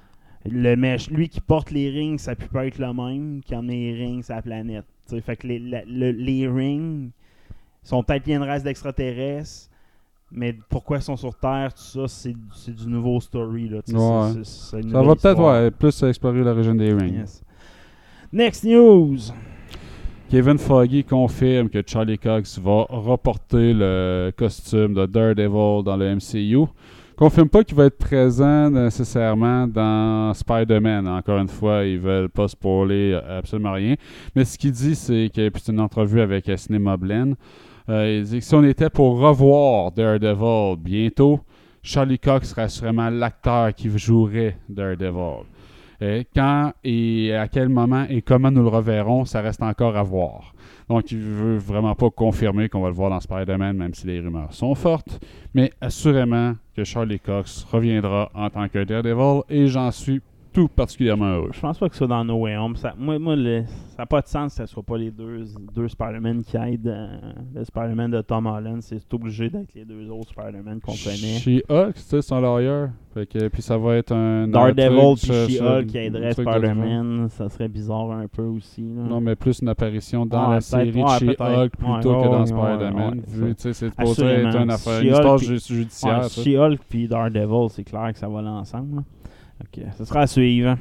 le mèche, lui qui porte les rings, ça peut pas être le même qui emmène les rings sur la planète. tu sais. Fait que les, la- le- les rings sont peut-être liés à une race d'extraterrestres, mais pourquoi ils sont sur Terre, tout ça, c'est, c'est du nouveau story. Là, tu sais.
Ouais.
C'est- c'est- c'est une
Ça
nouvelle
va peut-être
histoire.
ouais, plus explorer l'origine des rings.
Yes. Next news!
Kevin Feige confirme que Charlie Cox va reporter le costume de Daredevil dans le M C U. Confirme pas qu'il va être présent nécessairement dans Spider-Man. Encore une fois, ils veulent pas spoiler absolument rien. Mais ce qu'il dit, c'est que puis c'est une entrevue avec euh, Cinema Blend. Euh, il dit que si on était pour revoir Daredevil bientôt, Charlie Cox serait assurément l'acteur qui jouerait Daredevil. Et quand et à quel moment et comment nous le reverrons, ça reste encore à voir. Donc, il veut vraiment pas confirmer qu'on va le voir dans Spider-Man, même si les rumeurs sont fortes. Mais assurément que Charlie Cox reviendra en tant que Daredevil et j'en suis tout particulièrement heureux.
Je pense pas que ce soit dans No Way Home. Ça, moi, moi le- ça n'a pas de sens que ce soit pas les deux, deux Spider-Man qui aident. euh, le Spider-Man de Tom Holland, c'est obligé d'être les deux autres Spider-Man qu'on connaît.
She-Hulk, tu sais, c'est un lawyer. Fait que, puis ça va être un...
Daredevil
un
puis
truc,
She-Hulk
ça-
qui aiderait
un truc de-
Spider-Man, ça serait bizarre un peu aussi. Là.
Non, mais plus une apparition dans
Ouais,
la
peut-être,
série de
ouais,
She-Hulk
peut-être.
plutôt
Ouais,
que dans
ouais,
Spider-Man.
ouais, ouais,
vu,
ça.
tu sais, c'est supposé
Assurément.
être une, affaire, une
She-Hulk
histoire
puis-
ju- judiciaire.
Ouais,
ça.
She-Hulk puis Daredevil, c'est clair que ça va l'ensemble. Ok, ce sera à suivre.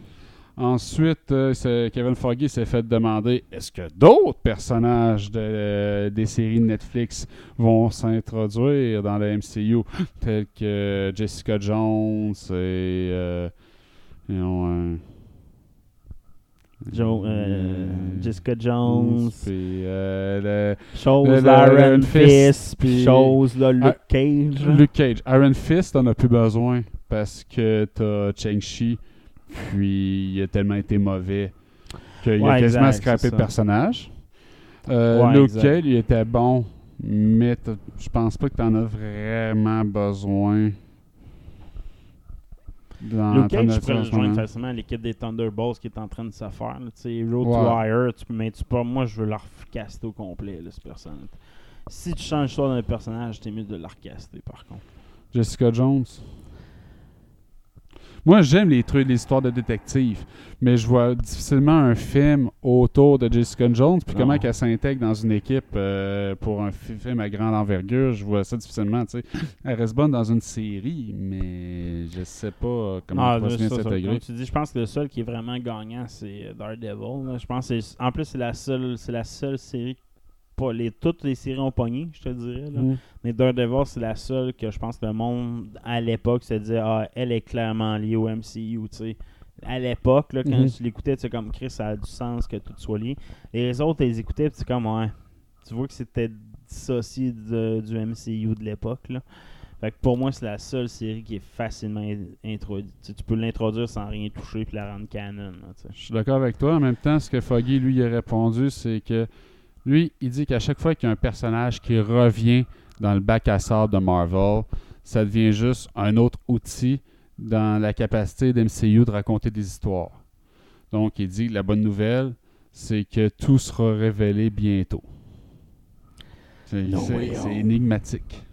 Ensuite, euh, c'est- Kevin Feige s'est fait demander est-ce que d'autres personnages de, euh, des séries de Netflix vont s'introduire dans le M C U, tels que Jessica Jones et. Euh, you know, euh,
Jo- euh,
euh,
Jessica Jones,
puis, euh,
chose
le- le-
Iron
Iron
Fist,
Fist,
puis
puis-
chose là, Luke
Ah,
Cage.
le- Luke Cage. Iron Fist, t'en as plus besoin parce que t'as Shang-Chi, puis il a tellement été mauvais qu'il
Ouais,
a quasiment
exact,
scrappé
c'est
le
ça.
personnage. Euh,
Ouais,
Luke
exact.
Cage, il était bon, mais t'as- je pense pas que t'en as vraiment besoin. Dans
Luke
ton
Cage, tu
action
pourrais
en
le
ce
joindre
moment.
facilement à l'équipe des Thunderbolts qui est en train de se faire. là. Tu sais, Road
Ouais.
to Wire, tu, mais tu peux, moi je veux la recaster au complet, là, ce personnage. Si tu changes l'histoire d'un personnage, t'es mieux de la recaster par contre.
Jessica Jones. Moi, j'aime les trucs, les histoires de détectives, mais je vois difficilement un film autour de Jessica Jones, puis
Non.
comment qu'elle s'intègre dans une équipe euh, pour un fi- film à grande envergure, je vois ça difficilement, tu sais. Elle reste bonne dans une série, mais je sais pas comment
Ah,
elle va
là,
bien
ça, ça,
s'intégrer.
comme tu dis, je pense que le seul qui est vraiment gagnant, c'est Daredevil. là. Je pense que c'est- en plus, c'est la seule, c'est la seule série. Pas les, toutes les séries ont pogné, je te dirais. Là.
Mm.
Mais Daredevil, c'est la seule que je pense que le monde, à l'époque, se disait ah, elle est clairement liée au M C U. tu sais. À l'époque, là, quand
Mhm.
tu l'écoutais, tu sais, comme Chris, ça a du sens que tout soit lié. Et les autres, les écoutaient, puis c'est comme, ouais. Tu vois que c'était dissocié de- du M C U de l'époque. Là. Fait que pour moi, c'est la seule série qui est facilement introduite. Tu sais, tu peux l'introduire sans rien toucher puis la rendre canon. Là, tu sais.
Je suis d'accord avec toi. En même temps, ce que Foggy, lui, a répondu, c'est que Lui, il dit qu'à chaque fois qu'il y a un personnage qui revient dans le bac à sable de Marvel, ça devient juste un autre outil dans la capacité d'M C U de raconter des histoires. Donc, il dit que la bonne nouvelle, c'est que tout sera révélé bientôt. C'est,
No
c'est,
way,
c'est
oh.
énigmatique.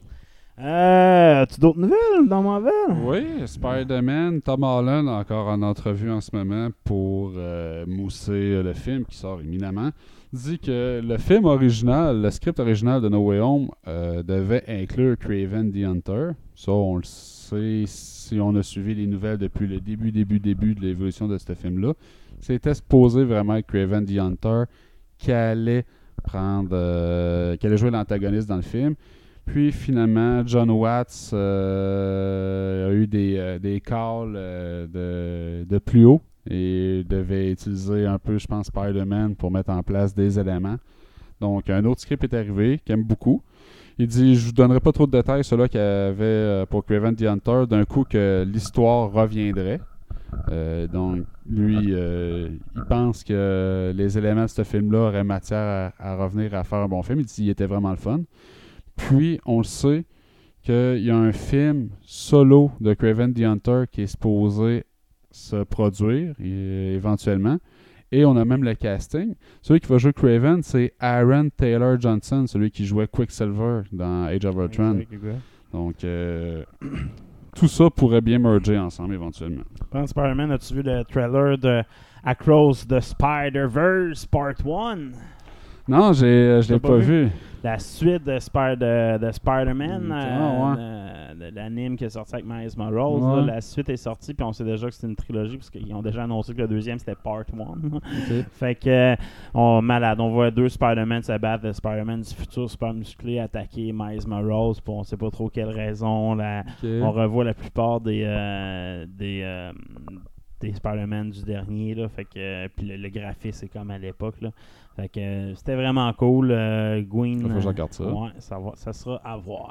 Euh, as-tu d'autres nouvelles dans Marvel?
Oui, Spider-Man, Tom Holland, encore en entrevue en ce moment pour euh, mousser le film qui sort éminemment, dit que le film original, le script original de No Way Home euh, devait inclure Kraven the Hunter. Ça, on le sait si on a suivi les nouvelles depuis le début, début, début de l'évolution de ce film-là. C'était supposé vraiment être Kraven the Hunter qui allait prendre, euh, qui allait jouer l'antagoniste dans le film. Puis finalement, John Watts euh, a eu des, euh, des calls euh, de, de plus haut et devait utiliser un peu, je pense, Spider-Man pour mettre en place des éléments. Donc, un autre script est arrivé, qu'il aime beaucoup. Il dit, je ne vous donnerai pas trop de détails, celui qu'il y avait pour Kraven the Hunter, d'un coup que l'histoire reviendrait. Euh, donc, lui, euh, il pense que les éléments de ce film-là auraient matière à, à revenir à faire un bon film. Il dit qu'il était vraiment le fun. Puis, on le sait qu'il y a un film solo de Kraven the Hunter qui est supposé se produire et, éventuellement. Et on a même le casting. Celui qui va jouer Kraven, c'est Aaron Taylor Johnson, celui qui jouait Quicksilver dans Age of Ultron. Donc, euh, tout ça pourrait bien merger ensemble éventuellement.
Pendant Spider-Man, as-tu vu le trailer de Across the Spider-Verse Part un?
Non, j'ai, je l'ai pas, pas vu. vu.
La suite de, Spy- de, de Spider-Man,
mm,
euh,
ouais.
de, de l'anime qui est sorti avec Miles Morales.
Ouais.
Là, la suite est sortie, puis on sait déjà que c'est une trilogie, parce qu'ils ont déjà annoncé que le deuxième c'était Part un.
Okay.
Fait que, on malade. On voit deux Spider-Man se battre, le Spider-Man du futur super musclé attaquer Miles Morales pour on sait pas trop quelle raison. La, okay. On revoit la plupart des, euh, des, euh, des Spider-Man du dernier. Là, fait que, puis le, le graphisme c'est comme à l'époque. Là. Fait que euh, c'était vraiment cool. Euh, Gwen.
Faut que je regarde ça.
Euh, ouais, ça, va, ça sera à voir.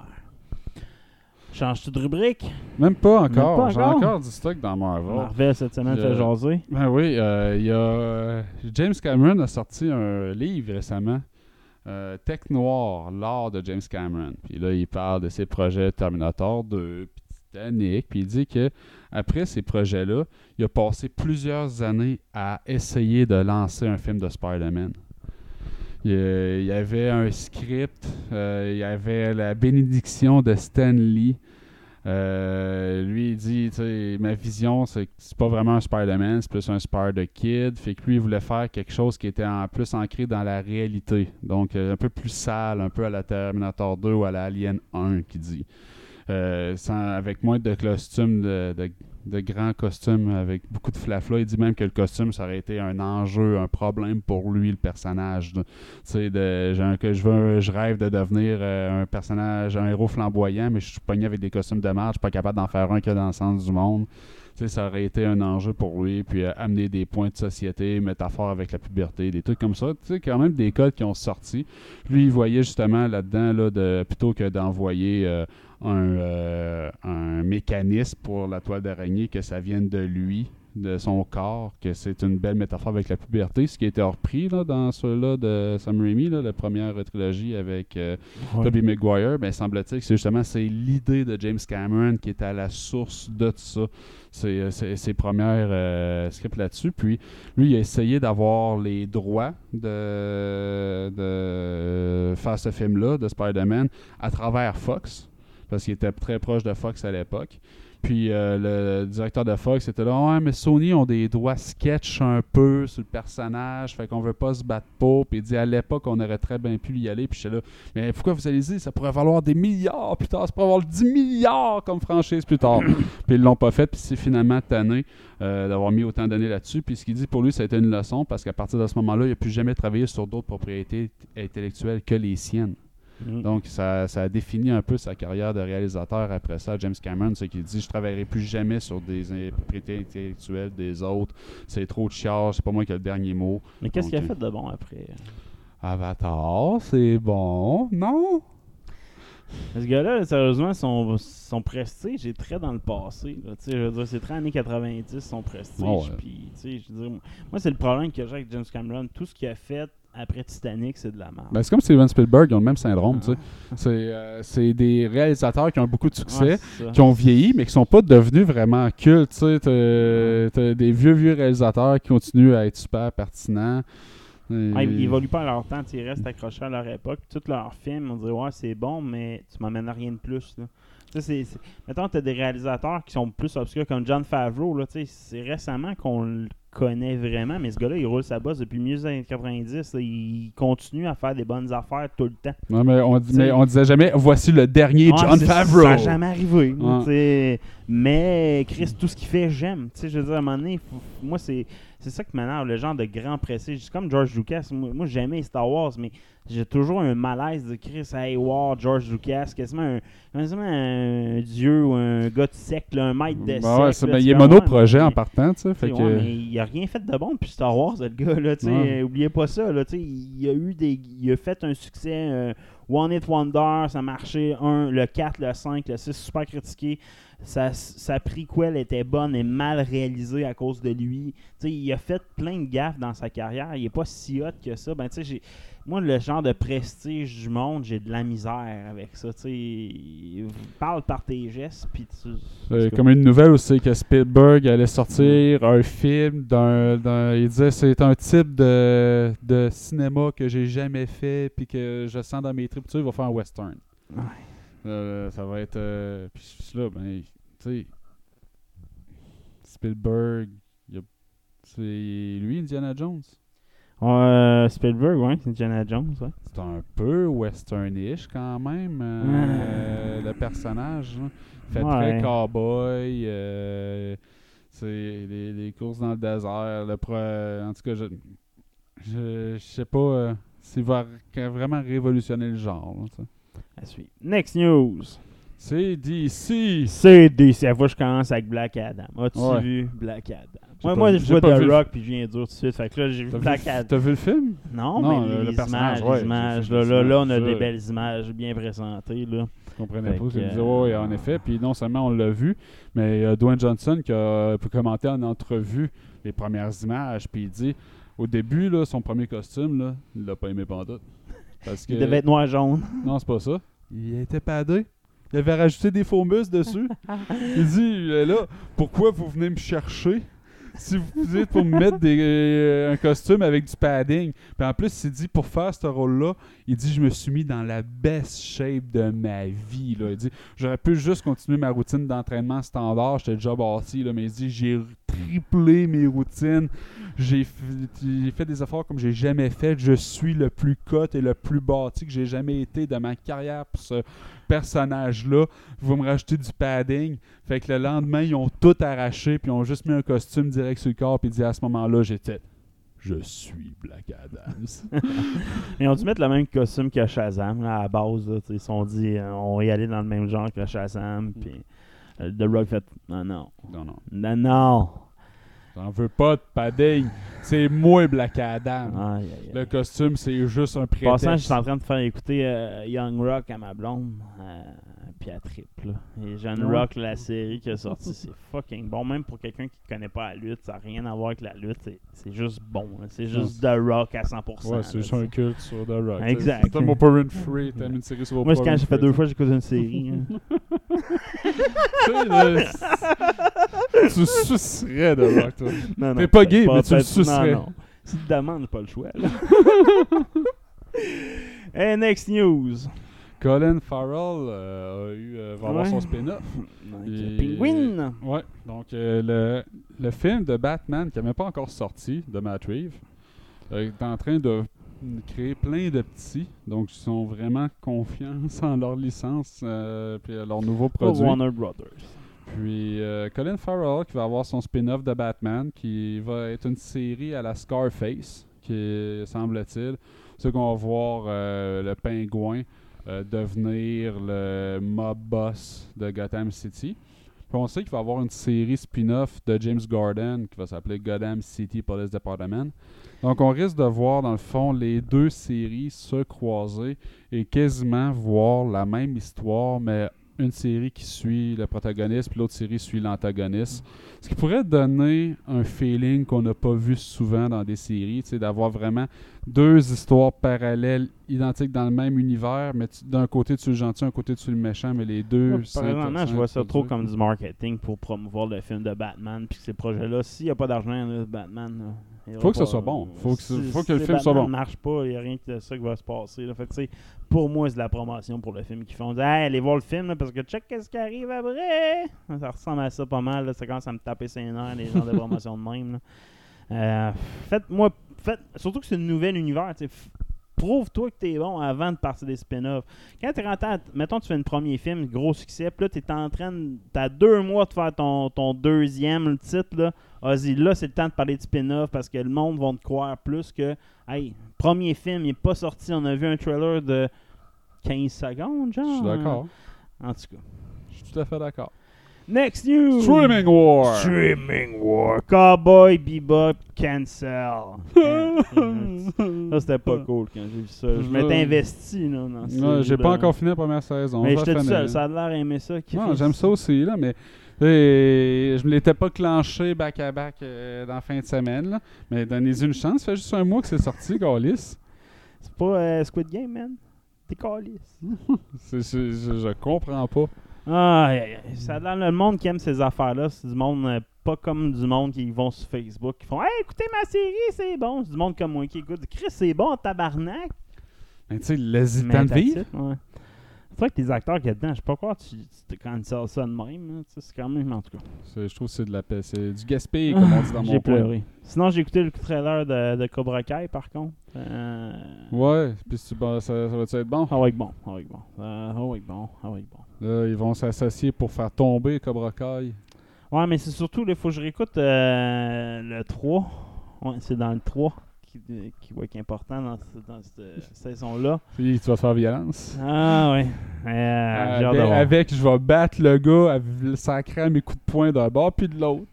Changes-tu de rubrique?
Même pas encore.
Même pas
J'ai
encore.
encore du stock dans Marvel.
Marvel cette semaine fait jaser.
Ben oui, il euh, y a euh, James Cameron a sorti un livre récemment, euh, Tech Noir, l'art de James Cameron. Puis là, il parle de ses projets Terminator deux, puis Titanic, puis il dit que après ces projets-là, il a passé plusieurs années à essayer de lancer un film de Spider-Man. Il y avait un script, euh, il y avait la bénédiction de Stan Lee. Euh, lui, il dit, tu sais, ma vision, c'est que c'est pas vraiment un Spider-Man, c'est plus un Spider-Kid. Fait que lui, il voulait faire quelque chose qui était en plus ancré dans la réalité. Donc, euh, un peu plus sale, un peu à la Terminator deux ou à la Alien un, qui dit. Euh, sans, avec moins de costumes, de, de, de grands costumes, avec beaucoup de flafla. Il dit même que le costume, ça aurait été un enjeu, un problème pour lui, le personnage. Tu sais, de, genre, que je veux, je rêve de devenir euh, un personnage, un héros flamboyant, mais je suis pogné avec des costumes de marge, je suis pas capable d'en faire un que dans le sens du monde. Tu sais, ça aurait été un enjeu pour lui, puis euh, amener des points de société, métaphore avec la puberté, des trucs comme ça. Tu sais, quand même des codes qui ont sorti. Lui, il voyait justement là-dedans, là, de, plutôt que d'envoyer euh, un, euh, un mécanisme pour la toile d'araignée, que ça vienne de lui, de son corps, que c'est une belle métaphore avec la puberté, ce qui a été repris là, dans ceux-là de Sam Raimi, là, la première trilogie avec euh, ouais. Tobey Maguire. Ben, semble-t-il que c'est justement c'est l'idée de James Cameron qui est à la source de tout ça. C'est, c'est ses premières euh, scripts là-dessus. Puis lui, il a essayé d'avoir les droits de, de faire ce film-là, de Spider-Man, à travers Fox, parce qu'il était très proche de Fox à l'époque. Puis euh, le directeur de Fox était là, ouais, mais Sony ont des droits sketch un peu sur le personnage, fait qu'on veut pas se battre pour. Puis il dit à l'époque, on aurait très bien pu y aller. Puis j'étais là, mais pourquoi vous allez dire, ça pourrait valoir des milliards plus tard, ça pourrait valoir dix milliards comme franchise plus tard. Puis ils l'ont pas fait, puis c'est finalement tanné euh, d'avoir mis autant d'années là-dessus. Puis ce qu'il dit pour lui, ça a été une leçon, parce qu'à partir de ce moment-là, il n'a plus jamais travaillé sur d'autres propriétés intellectuelles que les siennes. Mm. Donc, ça, ça a défini un peu sa carrière de réalisateur après ça. James Cameron, c'est qu'il dit, je ne travaillerai plus jamais sur des propriétés intellectuelles des autres. C'est trop de charge, c'est pas moi qui ai le dernier mot.
Mais qu'est-ce
Donc,
qu'il a fait de bon après?
Avatar, c'est bon, non?
Ce gars-là, sérieusement, son, son prestige est très dans le passé. Là. Je veux dire, c'est très années quatre-vingt-dix, son prestige.
Oh ouais.
Puis, je veux dire, moi, c'est le problème que j'ai avec James Cameron. Tout ce qu'il a fait après Titanic, c'est de la merde.
Ben, c'est comme Steven Spielberg, ils ont le même syndrome. Ah. C'est, euh, c'est des réalisateurs qui ont beaucoup de succès, ouais, qui ont vieilli, mais qui sont pas devenus vraiment cultes. T'sais. T'as, t'as des vieux, vieux réalisateurs qui continuent à être super pertinents. Et...
Ah, ils évoluent pas à leur temps, ils restent accrochés à leur époque. Tous leurs films, on dirait ouais, c'est bon, mais tu m'amènes rien de plus. Là. C'est, c'est... Mettons, tu as des réalisateurs qui sont plus obscurs comme Jon Favreau. Là, c'est récemment qu'on le connaît vraiment, mais ce gars-là, il roule sa bosse depuis le milieu des années quatre-vingt-dix. Là, il continue à faire des bonnes affaires tout le temps.
Non, mais on, dit, mais on disait jamais voici le dernier ouais, Jon Favreau.
Ça n'a jamais arrivé. Ouais. Mais Chris, tout ce qu'il fait, j'aime. T'sais, je veux dire, à un moment donné, faut, moi, c'est, c'est ça qui m'énerve, le genre de grand pressé. C'est comme George Lucas. Moi, moi j'aimais Star Wars, mais j'ai toujours un malaise de Chris, hey, wow, George Lucas, quasiment un, quasiment un dieu ou un gars de secte, là, un maître de
bah
secte.
Ouais, là, ben, il est monoprojet en partant, tu sais. Fait
ouais,
que...
mais il a rien fait de bon depuis Star Wars, le gars, là, tu sais. Ouais. Oubliez pas ça, là, tu sais. Il a eu des, il a fait un succès, euh, One Hit Wonder, ça marchait, un, le quatre, le cinq, le six, super critiqué. Sa, sa prequel était bonne et mal réalisée à cause de lui. T'sais, il a fait plein de gaffes dans sa carrière. Il n'est pas si hot que ça. Ben, j'ai, moi, le genre de prestige du monde, j'ai de la misère avec ça. T'sais, parle par tes gestes. Pis tu,
euh, comme une nouvelle aussi que Spielberg allait sortir un film d'un, d'un il disait c'est un type de, de cinéma que j'ai jamais fait puis que je sens dans mes tripes. Il va faire un western.
Ouais.
Euh, ça va être. Euh, puis là, ben, tu sais, Spielberg, il a, c'est lui, Indiana Jones.
Euh, Spielberg, ouais, c'est Indiana Jones, ouais.
C'est un peu westernish quand même, euh,
ouais.
le personnage. Là. Il fait
ouais.
très cowboy. Euh, c'est les, les courses dans le désert. Le pro, en tout cas, je, je, je sais pas euh, s'il va vraiment révolutionner le genre. Là,
à suivre. Next news.
C'est D C.
C'est D C. À fois, je commence avec Black Adam. As-tu
ouais.
vu Black Adam?
J'ai
ouais,
pas,
moi, je vois The
Rock
le... puis je viens dur tout de suite. Fait que là, j'ai vu
t'as
Black
vu,
Adam.
T'as vu le film?
Non,
non
mais
le,
les,
le personnage,
images,
ouais,
les images.
Là,
là, là, on a
ça.
des belles images bien présentées. Là.
Je comprenais
fait
pas.
Que,
je disais, ouais, en effet. Puis non seulement on l'a vu, mais euh, Dwayne Johnson qui a pu commenter en entrevue les premières images. Puis il dit, au début, là, son premier costume, là, il l'a pas aimé pantoute. Parce que...
Il devait être noir-jaune.
Non, c'est pas ça. Il était padé. Il avait rajouté des faux muscles dessus. Il dit, là, pourquoi vous venez me chercher si vous êtes pour me mettre des, euh, un costume avec du padding? Puis en plus, il dit, pour faire ce rôle-là, il dit, je me suis mis dans la best shape de ma vie. Là. Il dit, j'aurais pu juste continuer ma routine d'entraînement standard, j'étais déjà bâti, là, mais il dit, j'ai triplé mes routines. J'ai fait, j'ai fait des efforts comme j'ai jamais fait. Je suis le plus cut et le plus bâti que j'ai jamais été de ma carrière pour ce personnage-là. Vous me rajoutez du padding. Fait que le lendemain, ils ont tout arraché puis ils ont juste mis un costume direct sur le corps puis dit à ce moment-là, j'étais je suis Black Adam.
Ils ont dû mettre le même costume que Shazam là, à la base. Là, ils se sont dit euh, on va y aller dans le même genre que Shazam. Puis euh, The Rock fait non, non.
Non, non.
Non, non.
J'en veux pas de padding. C'est moi Black Adam.
Aïe, aïe, aïe.
Le costume, c'est juste un prétexte.
Passant, je suis en train de faire écouter euh, Young Rock à ma blonde. Euh, puis à triple. Et Young
ouais.
Rock, la série qui est sortie, c'est fucking bon. Même pour quelqu'un qui connaît pas la lutte, ça n'a rien à voir avec la lutte. C'est, c'est juste bon. Là. C'est juste The Rock à cent pour cent.
Ouais, c'est juste un culte sur The Rock.
Exact.
T'aimes Oprah Free, t'aimes une série sur Oprah.
Moi, c'est quand j'ai fait deux fois, j'écoute une série.
Tu sucerais The Rock, toi.
Non, non,
T'es pas gay,
pas,
mais tu le
pas,
sucerais.
Non, non. Si tu demandes, j'ai pas le choix. Hey, next news.
Colin Farrell euh, a eu, euh, va avoir
ouais.
son spin-off.
Et... Penguin!
Ouais, donc euh, le, le film de Batman qui n'a même pas encore sorti, de Matt Reeves, euh, est en train de créer plein de petits. Donc, ils sont vraiment confiants en leur licence et euh, leur nouveau produit.
Oh, Warner Brothers.
Puis euh, Colin Farrell qui va avoir son spin-off de Batman qui va être une série à la Scarface, qui semble-t-il. C'est qu'on va voir euh, le pingouin euh, devenir le mob boss de Gotham City. Puis on sait qu'il va y avoir une série spin-off de James Gordon qui va s'appeler Gotham City Police Department. Donc on risque de voir dans le fond les deux séries se croiser et quasiment voir la même histoire mais une série qui suit le protagoniste, puis l'autre série suit l'antagoniste. Ce qui pourrait donner un feeling qu'on n'a pas vu souvent dans des séries, tu sais, d'avoir vraiment deux histoires parallèles, identiques dans le même univers, mais tu, d'un côté tu es le gentil, d'un côté tu es le méchant, mais les deux...
Ouais, par exemple, je vois ça trop comme du marketing pour promouvoir le film de Batman, puis ces projets-là, s'il n'y a pas d'argent, là, Batman... Là, il
faut que
pas,
ça soit bon. Faut que,
si,
faut que
si
le film
Batman
soit bon.
ne marche pas, il n'y a rien de ça qui va se passer. Là. Fait que, pour moi, c'est de la promotion pour le film qu'ils font. Hey, allez voir le film là, parce que check qu'est-ce qui arrive après. Ça ressemble à ça pas mal. Là. Ça commence à me taper ses nerfs, les gens de promotion de même. Là. Euh, faites-moi, faites, surtout que c'est un nouvel univers. T'sais, prouve-toi que t'es bon avant de partir des spin-offs. Quand t'es rentré, à, mettons, tu fais un premier film, gros succès, puis là, t'es en train de. T'as deux mois de faire ton, ton deuxième titre, là. Vas-y, là, c'est le temps de parler de spin-off parce que le monde va te croire plus que. Hey, premier film, il n'est pas sorti. On a vu un trailer de quinze secondes, genre.
Je suis d'accord.
En tout cas.
Je suis tout à fait d'accord.
Next news!
Streaming War!
Streaming War! Cowboy Bebop cancel! Ça, c'était pas cool quand j'ai vu ça. Je m'étais investi, là, dans ça.
Ouais, j'ai pas encore fini la première saison.
Mais j'étais tout seul, ça a l'air aimé ça.
Non, j'aime ça aussi, là, mais et je ne l'étais pas clenché back-à-back euh, dans la fin de semaine, là. Mais donnez-y une chance, ça fait juste un mois que c'est sorti, Gaulis.
C'est pas euh, Squid Game, man. T'es Gaulis.
c'est, c'est, je, je comprends pas.
Ah, ça a l'air le monde qui aime ces affaires-là. C'est du monde euh, pas comme du monde qui vont sur Facebook, qui font « Hey, écoutez ma série, c'est bon! » C'est du monde comme moi qui écoute « Chris, c'est bon, tabarnak! »
Mais tu sais, l'hésitant de vivre.
Ouais. C'est vrai que les acteurs qui y a dedans, je sais pas quoi, tu, tu quand ils sortent ça de même, c'est quand même, en tout cas.
C'est, je trouve que c'est de la paix, c'est du gaspille, comme on dit dans mon
J'ai
coin.
pleuré. Sinon, j'ai écouté le trailer de, de Cobra Kai, par contre. Euh...
Ouais, puis bah, ça, ça va-tu être bon?
Ah ouais, bon, ah ouais, bon. Euh, ah ouais, bon, ah ouais, bon.
Là, ils vont s'associer pour faire tomber Cobra Kai.
Ouais, mais c'est surtout, il faut que je réécoute euh, le trois. Ouais, c'est dans le trois. Qui, qui, ouais, qui est important dans, dans cette saison-là.
Puis tu vas faire violence.
Ah ouais. Euh,
avec, avec, je vais battre le gars avec le sacré à mes coups de poing d'un bord puis de l'autre.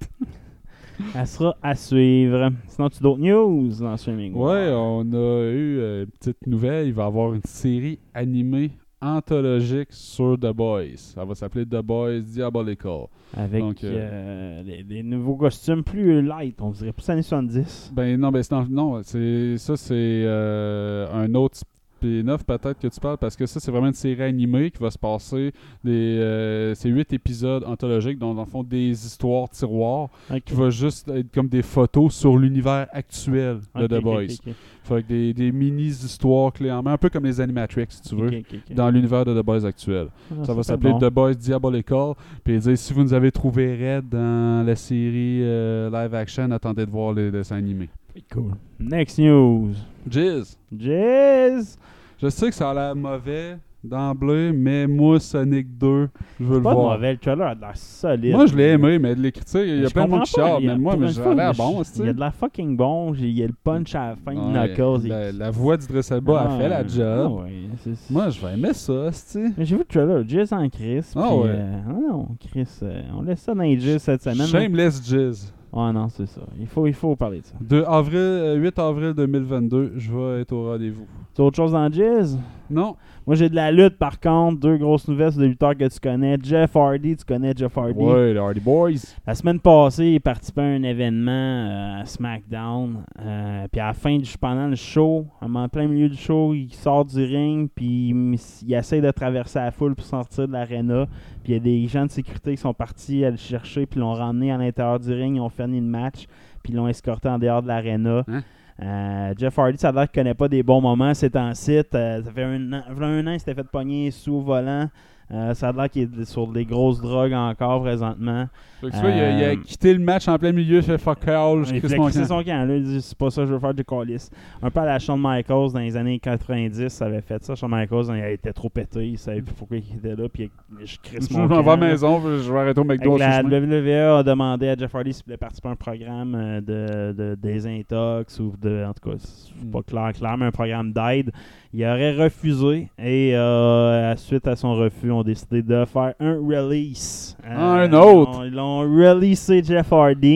Elle sera à suivre. Sinon, tu as d'autres news dans Streaming War?
Ouais, on a eu euh, une petite nouvelle. Il va y avoir une série animée anthologique sur The Boys. Ça va s'appeler The Boys Diabolical.
Avec
Donc, euh,
euh, des, des nouveaux costumes plus light, on dirait plus années soixante-dix.
Ben non, ben c'est non, non c'est ça c'est euh, un autre spin-off peut-être que tu parles parce que ça c'est vraiment une série animée qui va se passer des euh, c'est huit épisodes anthologiques dont dans le fond des histoires tiroirs okay. qui va juste être comme des photos sur l'univers actuel de okay, The Boys. Okay, okay. Fait que des, des mini-histoires clés en main, un peu comme les Animatrix, si tu veux, okay, okay, okay. dans l'univers de The Boys actuel. Ah, ça va s'appeler bon. The Boys Diabolical. Puis dire, si vous nous avez trouvé raide dans la série euh, live-action, attendez de voir les dessins animés.
Cool. Next news.
Jizz.
Jizz.
Je sais que ça a l'air mauvais d'emblée, mais moi, Sonic deux, je veux le
voir.
C'est
pas mauvais, le trailer a de l'air solide.
Moi, je l'ai aimé, mais de l'écriture, il y a plein de monde qui chiale, mais moi, mais j'ai l'air bon.
Il y a de la fucking bon, il y a le punch à la fin de
ouais,
Knuckles.
La, la voix d'Idris Elba ah, a fait la job.
Ah ouais, c'est,
moi, je vais aimer ça, tu
Mais j'ai vu le trailer, Jizz en Chris.
Ah ouais.
Euh, oh non, Chris, euh, on laisse ça dans les Jizz cette semaine.
Shameless Jizz.
Ah oh non, c'est ça. Il faut, il faut parler de ça.
De avril, euh, huit avril deux mille vingt-deux, je vais être au rendez-vous.
Tu as autre chose dans Jizz?
Non.
Moi, j'ai de la lutte, par contre. Deux grosses nouvelles sur des lutteurs que tu connais. Jeff Hardy, tu connais Jeff Hardy?
Ouais, les Hardy Boys.
La semaine passée, il participait à un événement euh, à SmackDown. Euh, puis à la fin, du, pendant le show, en plein milieu du show, il sort du ring, puis il, il essaie de traverser la foule pour sortir de l'aréna. Puis il y a des gens de sécurité qui sont partis à le chercher, puis l'ont ramené à l'intérieur du ring, ils ont fini le match, puis ils l'ont escorté en dehors de l'aréna. Hein? Euh, Jeff Hardy, ça a l'air qu'il ne connaît pas des bons moments, c'est en site. Euh, ça fait un an, un an il s'était fait pogner sous volant. Euh, ça a l'air qu'il est sur des grosses drogues encore présentement.
Fait que tu vois, euh, il, a, il a quitté le match en plein milieu, il fait fuck all.
Il a quitté son camp. Là, il dit c'est pas ça que je veux faire du calice. Un peu à la Shawn Michaels dans les années quatre-vingt-dix, ça avait fait ça. Shawn Michaels, il était trop pété, il savait plus pourquoi il était là. Puis je crisse mon camp.
Je vais à la maison, je vais arrêter au McDo.
La W W E a demandé à Jeff Hardy s'il voulait participer à un programme de, de désintox ou de. En tout cas, c'est pas clair, clair, mais un programme d'aide. Il aurait refusé et euh, suite à son refus, on a décidé de faire un release.
Euh, un autre!
Ils l'ont releasé Jeff Hardy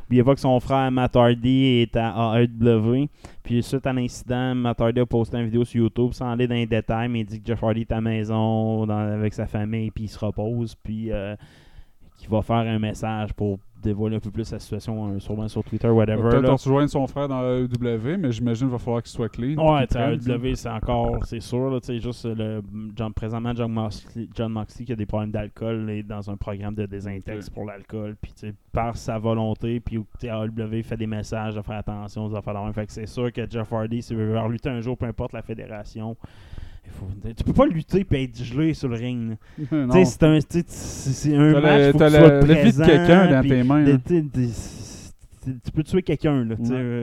N'oubliez pas que son frère Matt Hardy est à A E W. Puis suite à l'incident, Matt Hardy a posté une vidéo sur YouTube sans aller dans les détails, mais il dit que Jeff Hardy est à la maison dans, avec sa famille, puis il se repose, puis euh, qu'il va faire un message pour dévoiler un peu plus la situation, euh, sûrement sur Twitter, whatever.
Peut-être
là.
rejoindre son frère dans A E W, mais j'imagine qu'il va falloir qu'il soit clean.
Ouais, A E W, c'est encore, c'est sûr, là, juste le, John, présentement, John Moxley, John Moxley qui a des problèmes d'alcool est dans un programme de désintex okay. pour l'alcool, puis par sa volonté, puis A E W fait des messages de faire attention aux affaires de même. Fait que c'est sûr que Jeff Hardy, s'il veut lutter un jour, peu importe la fédération, il faut, tu peux pas lutter et être gelé sur le ring. C'est un, c'est, c'est un
t'as
match,
le,
faut
t'as
que tu sois
le,
présent.
Le vie de quelqu'un dans tes mains.
De, de, de, de, tu peux tuer quelqu'un, là. Ouais.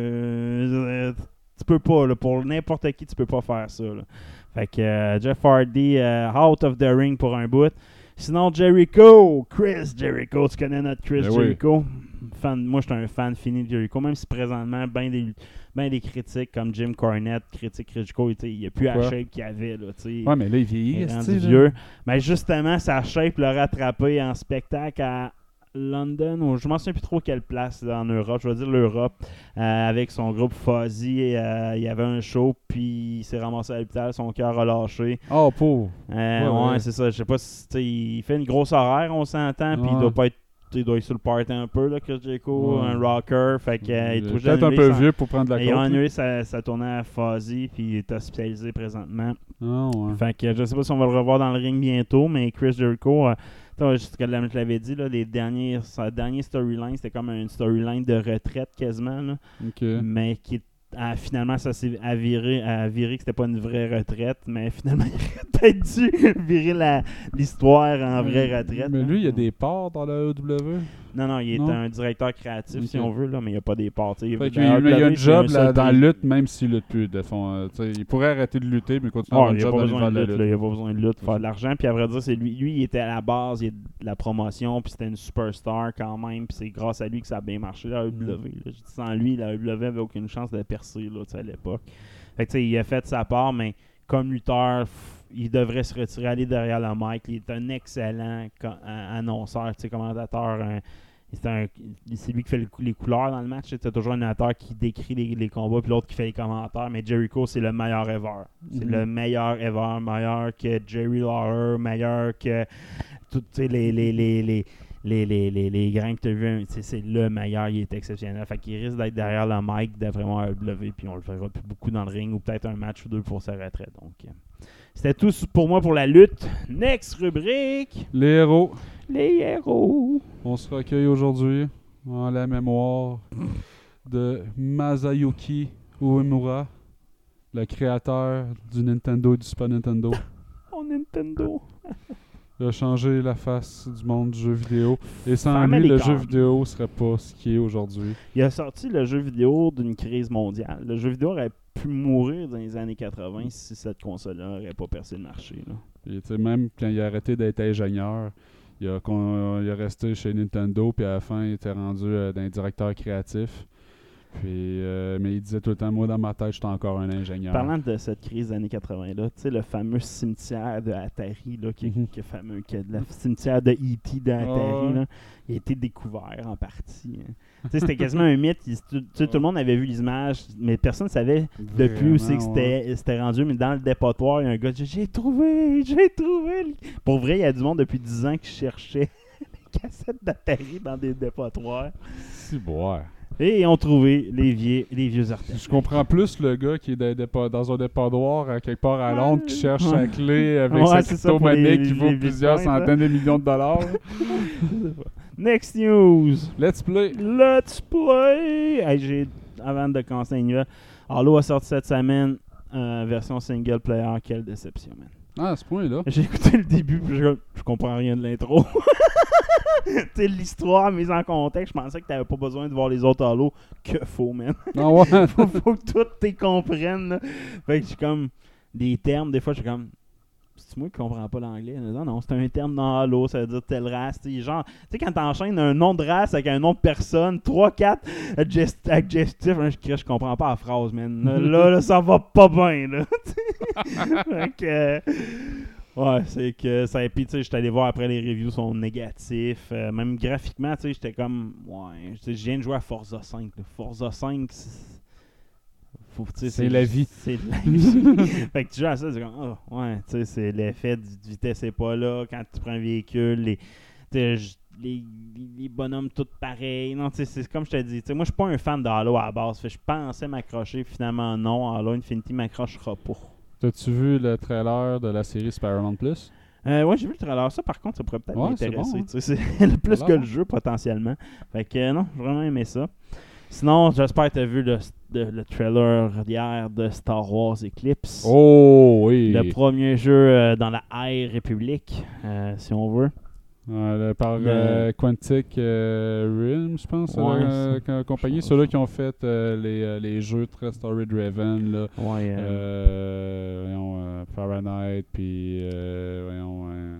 Euh, tu peux pas, là, pour n'importe qui, tu peux pas faire ça. Là. Fait que euh, Jeff Hardy, uh, out of the ring pour un bout. Sinon, Jericho, Chris Jericho, tu connais notre Chris ben Jericho. Oui. Fan, moi, je suis un fan fini de Jericho, même si présentement, ben des, ben des critiques comme Jim Cornette critique Jericho, il n'y a plus la shape qu'il avait. Là,
ouais, mais là, il vieillit.
Il est rendu vieux. Mais justement, sa shape l'a rattrapé en spectacle à London, ou je ne m'en souviens plus trop quelle place là, en Europe, je vais dire l'Europe, euh, avec son groupe Fuzzy. Et, euh, il y avait un show, puis il s'est ramassé à l'hôpital, son cœur a lâché.
Oh, pauvre!
Euh, ouais, ouais, ouais. c'est ça. Je sais pas si il fait une grosse horaire, on s'entend, puis ouais. il doit pas être. Il doit être sur le party un peu, là, Chris Jericho, ouais. un rocker. Fait qu'il euh, est
peut-être un peu sans... vieux pour prendre la coke.
Ils ont annulé sa, sa tournée à Fuzzy, puis il est hospitalisé présentement.
Oh, ouais.
Fait que je sais pas si on va le revoir dans le ring bientôt, mais Chris Jericho, euh, ce que je l'avais dit, là, les derniers, sa dernière storyline, c'était comme une storyline de retraite quasiment, là,
okay.
mais qui ah, finalement, ça s'est aviré, aviré que c'était pas une vraie retraite, mais finalement, il aurait peut-être dû virer la, l'histoire en
mais,
vraie retraite.
Mais
hein.
lui, il y a des parts dans la A E W?
Non, non, il est
non?
un directeur créatif, okay. si on veut, là, mais il n'y a pas des parts.
Il, il, il y a un job là, dans la lutte, même s'il ne lutte plus. De fond, euh, il pourrait arrêter de lutter, mais continuer
oh,
à avoir un job dans
de
la
lutte.
lutte.
Là, il n'y a pas besoin de lutte pour faire de l'argent. Puis à vrai dire, c'est lui, lui, il était à la base, il est de la promotion, puis c'était une superstar quand même. Puis c'est grâce à lui que ça a bien marché, la A E W. Mm. Là. Sans lui, la A E W n'avait aucune chance de percer là, à l'époque. Fait que, il a fait sa part, mais comme lutteur, il devrait se retirer, aller derrière le mic. Il est un excellent co- annonceur, commentateur. Un, c'est, un, c'est lui qui fait le, les couleurs dans le match. C'est toujours un animateur qui décrit les, les combats, puis l'autre qui fait les commentaires. Mais Jericho, c'est le meilleur ever. C'est mm-hmm. le meilleur ever. Meilleur que Jerry Lawler, meilleur que toutes les, les, les, les, les Les, les, les, les grains que tu as vus, c'est le meilleur, il est exceptionnel. Fait qu'il risque d'être derrière le mic, d'après moi, à A E W, puis on le verra plus beaucoup dans le ring, ou peut-être un match ou deux pour sa retraite. Donc, euh, c'était tout pour moi pour la lutte. Next rubrique.
Les héros.
Les héros.
On se recueille aujourd'hui en la mémoire de Masayuki Uemura, le créateur du Nintendo et du Super Nintendo.
Oh, Nintendo.
Il a changé la face du monde du jeu vidéo. Et sans lui, le jeu vidéo serait pas ce qu'il est aujourd'hui.
Il a sorti le jeu vidéo d'une crise mondiale. Le jeu vidéo aurait pu mourir dans les années quatre-vingts si cette console-là n'aurait pas percé le marché. Là.
Et même quand il a arrêté d'être ingénieur, il a, il a resté chez Nintendo, puis à la fin, il était rendu euh, d'un directeur créatif. Puis, euh, mais il disait tout le temps, moi dans ma tête, j'étais encore un ingénieur.
Parlant de cette crise des années quatre-vingts-là, tu sais, le fameux cimetière de Atari, là, qui, mm-hmm. qui est fameux, qui est le cimetière de E T de Atari, oh. là, il a été découvert en partie. Hein. Tu sais, c'était quasiment un mythe. Il, tout, tout le monde avait vu les images, mais personne ne savait depuis Vraiment, aussi que c'était, ouais. c'était rendu. Mais dans le dépotoir, il y a un gars qui dit « J'ai trouvé, j'ai trouvé! » Pour vrai, il y a du monde depuis dix ans qui cherchait les cassettes d'Atari dans des dépotoirs.
C'est bon.
Et ils ont trouvé les vieux, les vieux artistes.
Je comprends plus le gars qui est dans, dépa- dans un dépotoir à quelque part à Londres qui cherche sa clé avec
ouais,
sa crypto-monnaie qui vaut plusieurs bitcoins, centaines de millions de dollars.
Next news.
Let's play.
Let's play. Hey, j'ai, avant de commencer une nouvelle, Halo a sorti cette semaine euh, version single player. Quelle déception, man.
Ah, à ce point-là.
J'ai écouté le début puis je, je comprends rien de l'intro. Tu sais, l'histoire mise en contexte, je pensais que t'avais pas besoin de voir les autres Halo. Que faux, man.
Ah ouais?
faut, faut que tout t'es comprennes. Là. Fait que j'ai comme des termes, des fois, je suis comme. C'est moi qui comprends pas l'anglais. Non, non, c'est un terme dans Halo, ça veut dire telle race. T'sais, genre, tu sais, quand t'enchaînes un nom de race avec un nom de personne, trois quatre adject- adjectifs, hein, je, je comprends pas la phrase, man. Là, là, ça va pas bien, là. Fait que. Ouais, c'est que ça. Puis, tu sais, j'étais allé voir après, les reviews sont négatifs. Euh, même graphiquement, tu sais, j'étais comme. Ouais, je viens de jouer à Forza cinq. Là. Forza cinq, c'est. Faut, c'est,
c'est la vie.
C'est la vie. Fait que tu joues à ça, tu dis comme. Oh, ouais, tu sais, c'est l'effet de vitesse, c'est pas là. Quand tu prends un véhicule, les. Les, les, les bonhommes tous pareils. Non, tu sais, c'est comme je te dis. Moi, je suis pas un fan de Halo à la base. Fait, je pensais m'accrocher. Finalement, non. Halo Infinity m'accrochera pas.
T'as-tu vu le trailer de la série Spider-Man Plus?
Euh, ouais, j'ai vu le trailer. Ça, par contre, ça pourrait peut-être
ouais,
m'intéresser.
C'est, bon, hein?
C'est plus
voilà,
que
hein?
le jeu, potentiellement. Fait que euh, non, j'ai vraiment aimé ça. Sinon, j'espère que tu as vu le, le, le trailer d'hier de Star Wars Eclipse.
Oh, oui!
Le premier jeu euh, dans la High Republic, euh, si on veut.
Ouais, le, par
Le...
euh, Quantic euh, Realm, je pense,
ouais,
euh, la compagnie. Ceux-là qui ont fait euh, les, euh, les jeux très story-driven. Là.
Ouais, euh...
Euh, voyons, euh, Fahrenheit, puis... Euh, voyons... Euh,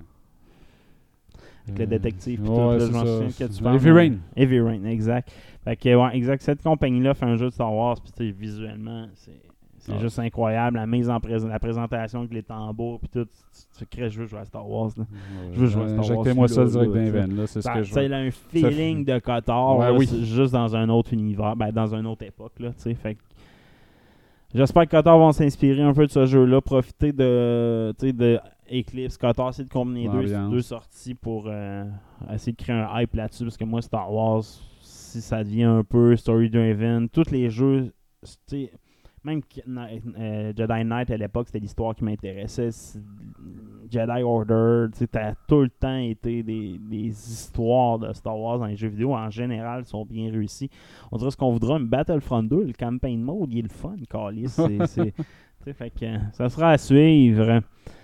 Avec le détective, puis
ouais,
tout. Là,
c'est
je m'en
ça.
souviens que tu
Heavy Rain.
Heavy Rain, exact. Fait que, ouais, exact. Cette compagnie-là fait un jeu de Star Wars, puis visuellement, c'est... C'est ah. juste incroyable, la mise en présent, la présentation avec les tambours puis tout, tu, tu crées, je veux jouer à Star Wars là.
Ouais,
je veux jouer à Star Wars.
Injectez-moi ça direct dans les veines là, c'est
ça,
ce que je veux.
Ça a un feeling de Kotor,
ouais,
là,
oui.
juste dans un autre univers, ben dans une autre époque là, tu sais, fait que j'espère que Kotor vont s'inspirer un peu de ce jeu-là, profiter de, tu sais, de Eclipse, Kotor, essayer de combiner deux, deux sorties pour euh, essayer de créer un hype là-dessus, parce que moi Star Wars, si ça devient un peu story-driven, tous les jeux, tu sais. Même euh, Jedi Knight à l'époque, c'était l'histoire qui m'intéressait. Jedi Order, tu sais, t'as tout le temps été des, des histoires de Star Wars dans les jeux vidéo. En général, sont bien réussis. On dirait ce qu'on voudra, une Battlefront deux, le campaign mode, il est le fun, Callis. C'est, c'est, fait que ça sera à suivre.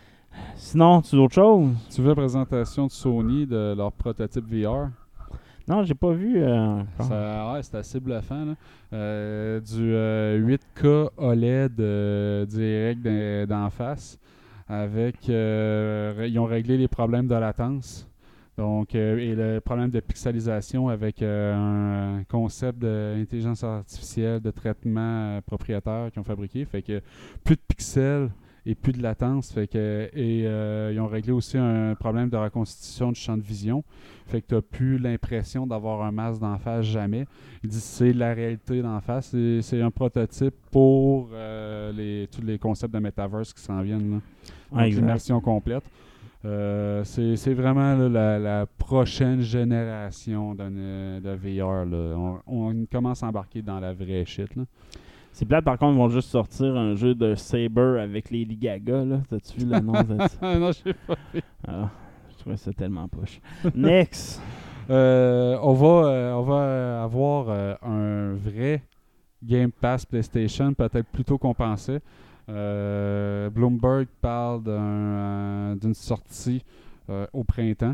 Sinon, tu veux autre chose?
Tu veux la présentation de Sony de leur prototype V R?
Non, j'ai pas vu. Euh,
ça, ouais, c'est assez bluffant. Là. Euh, du euh, huit K O L E D euh, direct d'en face. Avec, euh, ils ont réglé les problèmes de latence. Donc, euh, et le problème de pixelisation avec euh, un concept d'intelligence artificielle de traitement euh, propriétaire qu'ils ont fabriqué. Fait que plus de pixels et plus de latence. Fait que, et euh, ils ont réglé aussi un problème de reconstitution du champ de vision. Fait que tu n'as plus l'impression d'avoir un masque d'en face jamais. Ils disent c'est la réalité d'en face. C'est, c'est un prototype pour euh, les, tous les concepts de metaverse qui s'en viennent. Là. Donc,
ouais,
l'immersion complète. Euh, c'est, c'est vraiment là, la, la prochaine génération de, de V R. Là. On, on commence à embarquer dans la vraie shit. Là.
C'est plate, par contre, ils vont juste sortir un jeu de Saber avec Lady Gaga, là. T'as-tu vu l'annonce de ça?
Non, je sais pas.
Ah, je trouvais ça tellement poche. Next!
euh, on, va, euh, on va avoir euh, un vrai Game Pass PlayStation, peut-être plus tôt qu'on pensait. Euh, Bloomberg parle d'un, euh, d'une sortie euh, au printemps.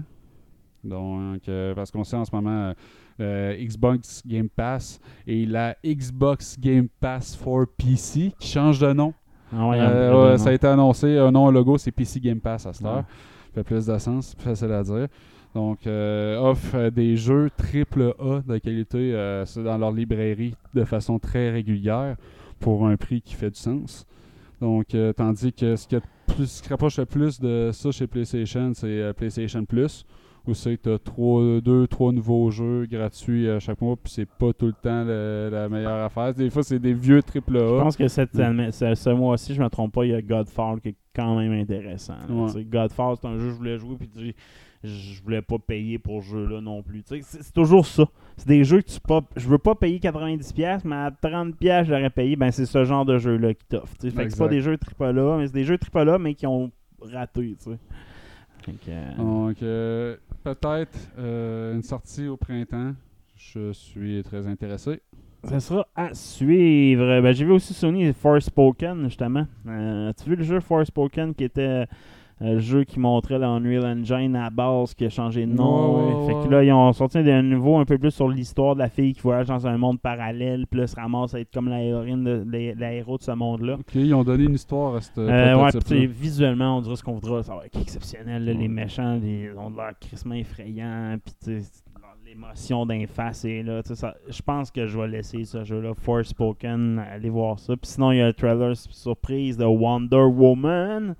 Donc, euh, parce qu'on sait en ce moment... Euh, Euh, Xbox Game Pass et la Xbox Game Pass for P C qui change de nom.
Ah ouais,
euh, ouais, ça a été annoncé, un nom, un logo, c'est P C Game Pass à cette heure. Ouais. Fait plus de sens, plus facile à dire. Donc, euh, offre euh, des jeux triple A de qualité euh, dans leur librairie de façon très régulière pour un prix qui fait du sens. Donc, euh, tandis que ce qui, a plus, ce qui rapproche le plus de ça chez PlayStation, c'est euh, PlayStation Plus. Où c'est que tu as deux, trois nouveaux jeux gratuits à chaque mois, puis c'est pas tout le temps le, la meilleure affaire. Des fois, c'est des vieux triple A.
Je pense que cette, mm. ce, ce mois-ci, je me trompe pas, il y a Godfall qui est quand même intéressant. Ouais. Godfall, c'est un jeu que je voulais jouer, puis je voulais pas payer pour ce jeu-là non plus. C'est, c'est toujours ça. C'est des jeux que tu pas. Je veux pas payer quatre-vingt-dix dollars, mais à trente dollars, j'aurais payé. Ben, c'est ce genre de jeu-là qui t'offre. Fait que c'est pas des jeux triple A, mais c'est des jeux triple A, mais qui ont raté. T'sais. Donc, euh...
Donc euh, peut-être euh, une sortie au printemps. Je suis très intéressé.
Ça sera à suivre. Ben, j'ai vu aussi Sony Forspoken, justement. Euh, as-tu vu le jeu Forspoken qui était euh, le jeu qui montrait l'Unreal Engine à base qui a changé de nom?
Oh,
fait que là, ils ont sorti un nouveau un peu plus sur l'histoire de la fille qui voyage dans un monde parallèle, puis là, se ramasse à être comme la héroïne, de, la, la héros de ce monde-là.
Ok, ils ont donné une histoire à cette
euh, ouais, pis visuellement, on dirait ce qu'on voudra. Ça va être exceptionnel. Là, ouais. Les méchants, les, ils ont de l'air crissement effrayant, puis tu sais, l'émotion d'un face et là, ça, je pense que je vais laisser ce jeu-là, Forspoken, aller voir ça. Puis sinon, il y a le trailer surprise de Wonder Woman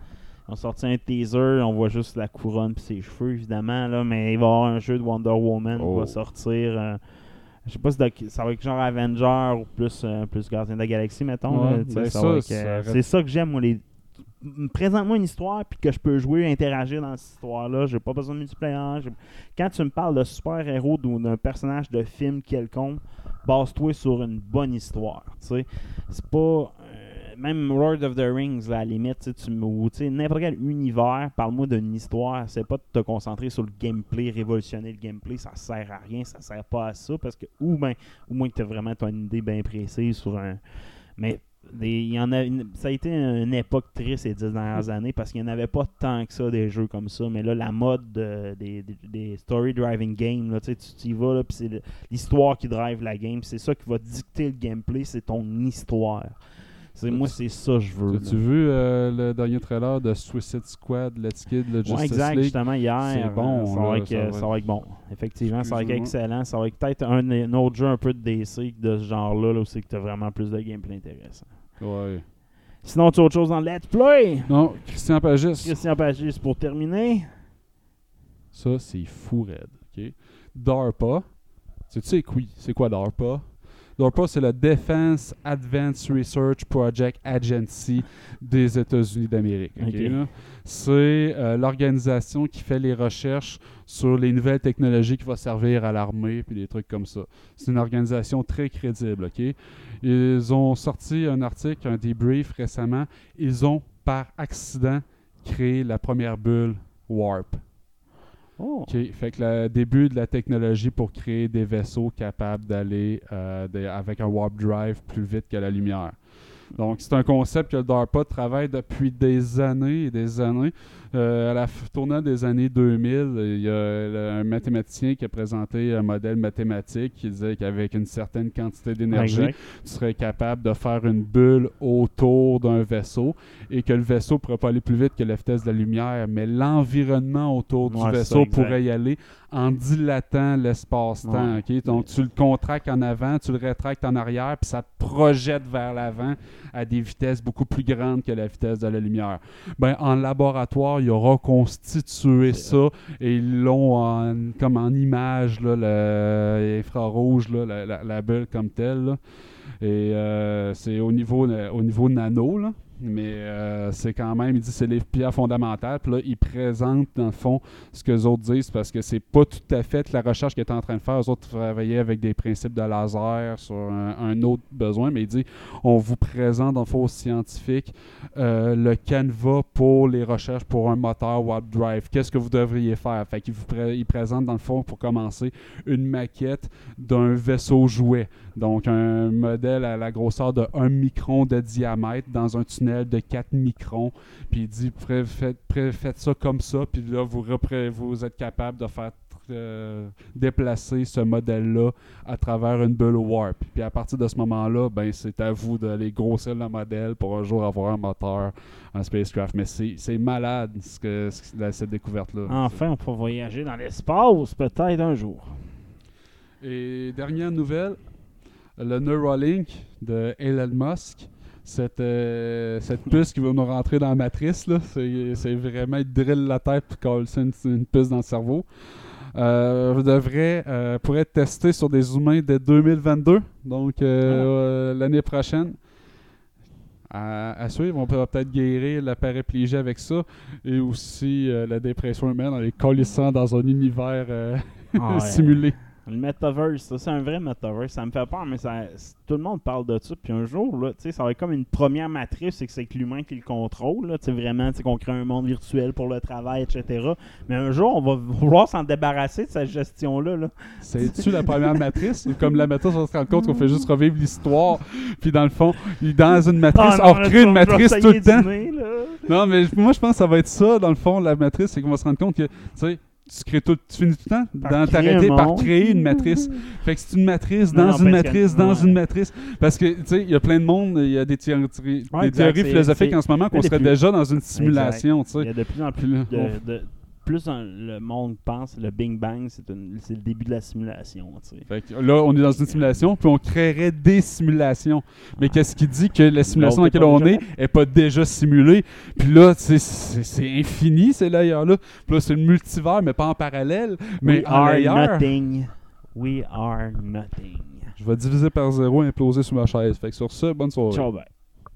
Ils ont sorti un teaser, on voit juste la couronne et ses cheveux, évidemment, là, mais il va y avoir un jeu de Wonder Woman
Oh.
qui va sortir. Euh, je sais pas si de- ça va être genre Avenger ou plus, euh, plus Gardien de la Galaxie, mettons.
Ouais,
là, tu sais,
ben
ça
ça,
va être,
ça
euh,
aurait-
c'est ça que j'aime, moi, les. Présente-moi une histoire puis que je peux jouer, interagir dans cette histoire-là. J'ai pas besoin de multiplayer. J'ai- Quand tu me parles de super-héros ou d'un personnage de film quelconque, base-toi sur une bonne histoire. Tu sais, c'est pas euh, même Lord of the Rings là, à la limite. Tu sais, tu me- ou, tu sais, n'importe quel univers, parle-moi d'une histoire. C'est pas de te concentrer sur le gameplay, révolutionner le gameplay. Ça sert à rien, ça sert pas à ça parce que ou ben, au moins que t'as vraiment t'as une idée bien précise sur un. Mais Des, il y en a une- ça a été une époque triste ces dix dernières années parce qu'il n'y en avait pas tant que ça des jeux comme ça. Mais là, la mode de- des, des, des story driving games, là, tu sais, tu tu y vas, là, puis c'est le- l'histoire qui drive la game. C'est ça qui va dicter le gameplay, c'est ton histoire. C'est, moi, c'est ça que je veux.
As-tu
là.
vu euh, le dernier trailer de Suicide Squad, Let's Kid, le Justice
Ouais, exact,
League?
justement, hier.
C'est bon,
euh, ça,
là,
va être,
ça
euh,
va
ça va être bon. Effectivement, ça va être
Excuse-moi.
excellent. Ça va être peut-être un, un autre jeu un peu de D C de ce genre-là, là, où c'est que tu as vraiment plus de gameplay intéressant.
Ouais.
Sinon, tu as autre chose dans le Let's Play?
Non, Christian Pagis.
Christian Pagis, pour terminer.
Ça, c'est fou raide. OK? DARPA. Tu sais quoi, c'est quoi DARPA? DARPA, c'est le Defense Advanced Research Project Agency des États-Unis d'Amérique. OK,
OK.
là? C'est euh, l'organisation qui fait les recherches sur les nouvelles technologies qui vont servir à l'armée puis des trucs comme ça. C'est une organisation très crédible. OK? Ils ont sorti un article, un debrief récemment. Ils ont, par accident, créé la première bulle Warp.
Oh.
OK. Fait que le début de la technologie pour créer des vaisseaux capables d'aller euh, des- avec un warp drive plus vite que la lumière. Donc, c'est un concept que le DARPA travaille depuis des années et des années. Euh, à la f- tournant des années deux mille, il y a le- un mathématicien qui a présenté un modèle mathématique qui disait qu'avec une certaine quantité d'énergie,
Exact.
tu serais capable de faire une bulle autour d'un vaisseau et que le vaisseau ne pourrait pas aller plus vite que la vitesse de la lumière, mais l'environnement autour du
Ouais, c'est
vaisseau
ça, exact.
pourrait y aller en dilatant l'espace-temps.
Ouais.
OK? Donc, tu le contractes en avant, tu le rétractes en arrière, puis ça te projette vers l'avant à des vitesses beaucoup plus grandes que la vitesse de la lumière. Ben, en laboratoire, ils ont reconstitué ça et ils l'ont en, comme en image, là, le infrarouge, là, la, la, la bulle comme telle. Là. Et euh, c'est au niveau, au niveau nano, là. Mais euh, c'est quand même, il dit c'est les pierres fondamentales. Puis là, il présente dans le fond ce que les autres disent parce que c'est pas tout à fait la recherche qu'ils étaient en train de faire. Les autres travaillaient avec des principes de laser sur un, un autre besoin. Mais il dit on vous présente dans le fond aux scientifiques euh, le canevas pour les recherches pour un moteur warp drive. Qu'est-ce que vous devriez faire? Fait qu'il vous pré- il présente dans le fond pour commencer une maquette d'un vaisseau jouet. Donc un modèle à la grosseur de un micron de diamètre dans un tunnel de quatre microns. Puis il dit pré- faites, pré- faites ça comme ça. Puis là, vous, repré- vous êtes capable de faire euh, déplacer ce modèle-là à travers une bulle warp. Puis à partir de ce moment-là, ben c'est à vous d'aller grossir le modèle pour un jour avoir un moteur, un spacecraft. Mais c'est, c'est malade ce que, ce, la- cette découverte-là.
Enfin, on peut voyager dans l'espace peut-être un jour.
Et dernière nouvelle, le Neuralink de Elon Musk. Cette, euh, cette puce qui va nous rentrer dans la matrice, là, c'est, c'est vraiment il drill la tête et coller une, une puce dans le cerveau. Euh, devrait, euh, pourrait être testé sur des humains dès deux mille vingt-deux, donc euh, euh, l'année prochaine. À, à suivre, on peut peut-être guérir la paraplégie avec ça et aussi euh, la dépression humaine en les collissant dans un univers euh,
Ah ouais.
simulé.
Le metaverse, ça, c'est un vrai metaverse. Ça me fait peur, mais ça, c- tout le monde parle de ça. Puis un jour, là, tu sais, ça va être comme une première matrice, c'est que c'est que l'humain qui le contrôle. Là, tu sais, vraiment, tu sais, qu'on crée un monde virtuel pour le travail, et cetera. Mais un jour, on va vouloir s'en débarrasser de cette gestion-là. Là.
C'est-tu la première matrice? Ou comme la matrice, on se rend compte qu'on fait juste revivre l'histoire. Puis dans le fond, dans une matrice,
Ah non,
on
là,
recrée
tu
une
vas- tu vas
matrice tout le
saigner
temps.
du nez, là.
Non, mais moi, je pense que ça va être ça, dans le fond, la matrice, c'est qu'on va se rendre compte que, tu sais, tu crées tout, tu finis tout le temps
Par
dans
créer
t'arrêter
un
par
monde.
créer une matrice. Fait que c'est une matrice
Non,
dans
non,
une
parce que-
matrice dans
ouais.
une matrice. Parce que, tu sais, il y a plein de monde, il y a des, théories, des
Ouais, exact,
théories
c'est-
philosophiques
c'est-
en ce moment qu'on
mais
serait
depuis-
déjà dans une simulation, tu
Il y
sais.
a de plus en
Puis
plus
là,
de,
on-
de, plus un- le monde pense, le Big Bang, c'est, une, c'est le début de la simulation. Tu sais.
Fait que là, on est dans une simulation, puis on créerait des simulations. Mais qu'est-ce qui dit que la simulation dans
L'autre est
laquelle
pas
on
déjà
est est pas déjà simulée? Puis là, tu sais, c'est, c'est infini, ces layers-là. Puis là, c'est le multivers, mais pas en parallèle, mais
We
en
are
layer.
nothing. We are nothing.
Je vais diviser par zéro et imploser sous ma chaise. Fait que sur ça, bonne soirée.
Ciao, bye.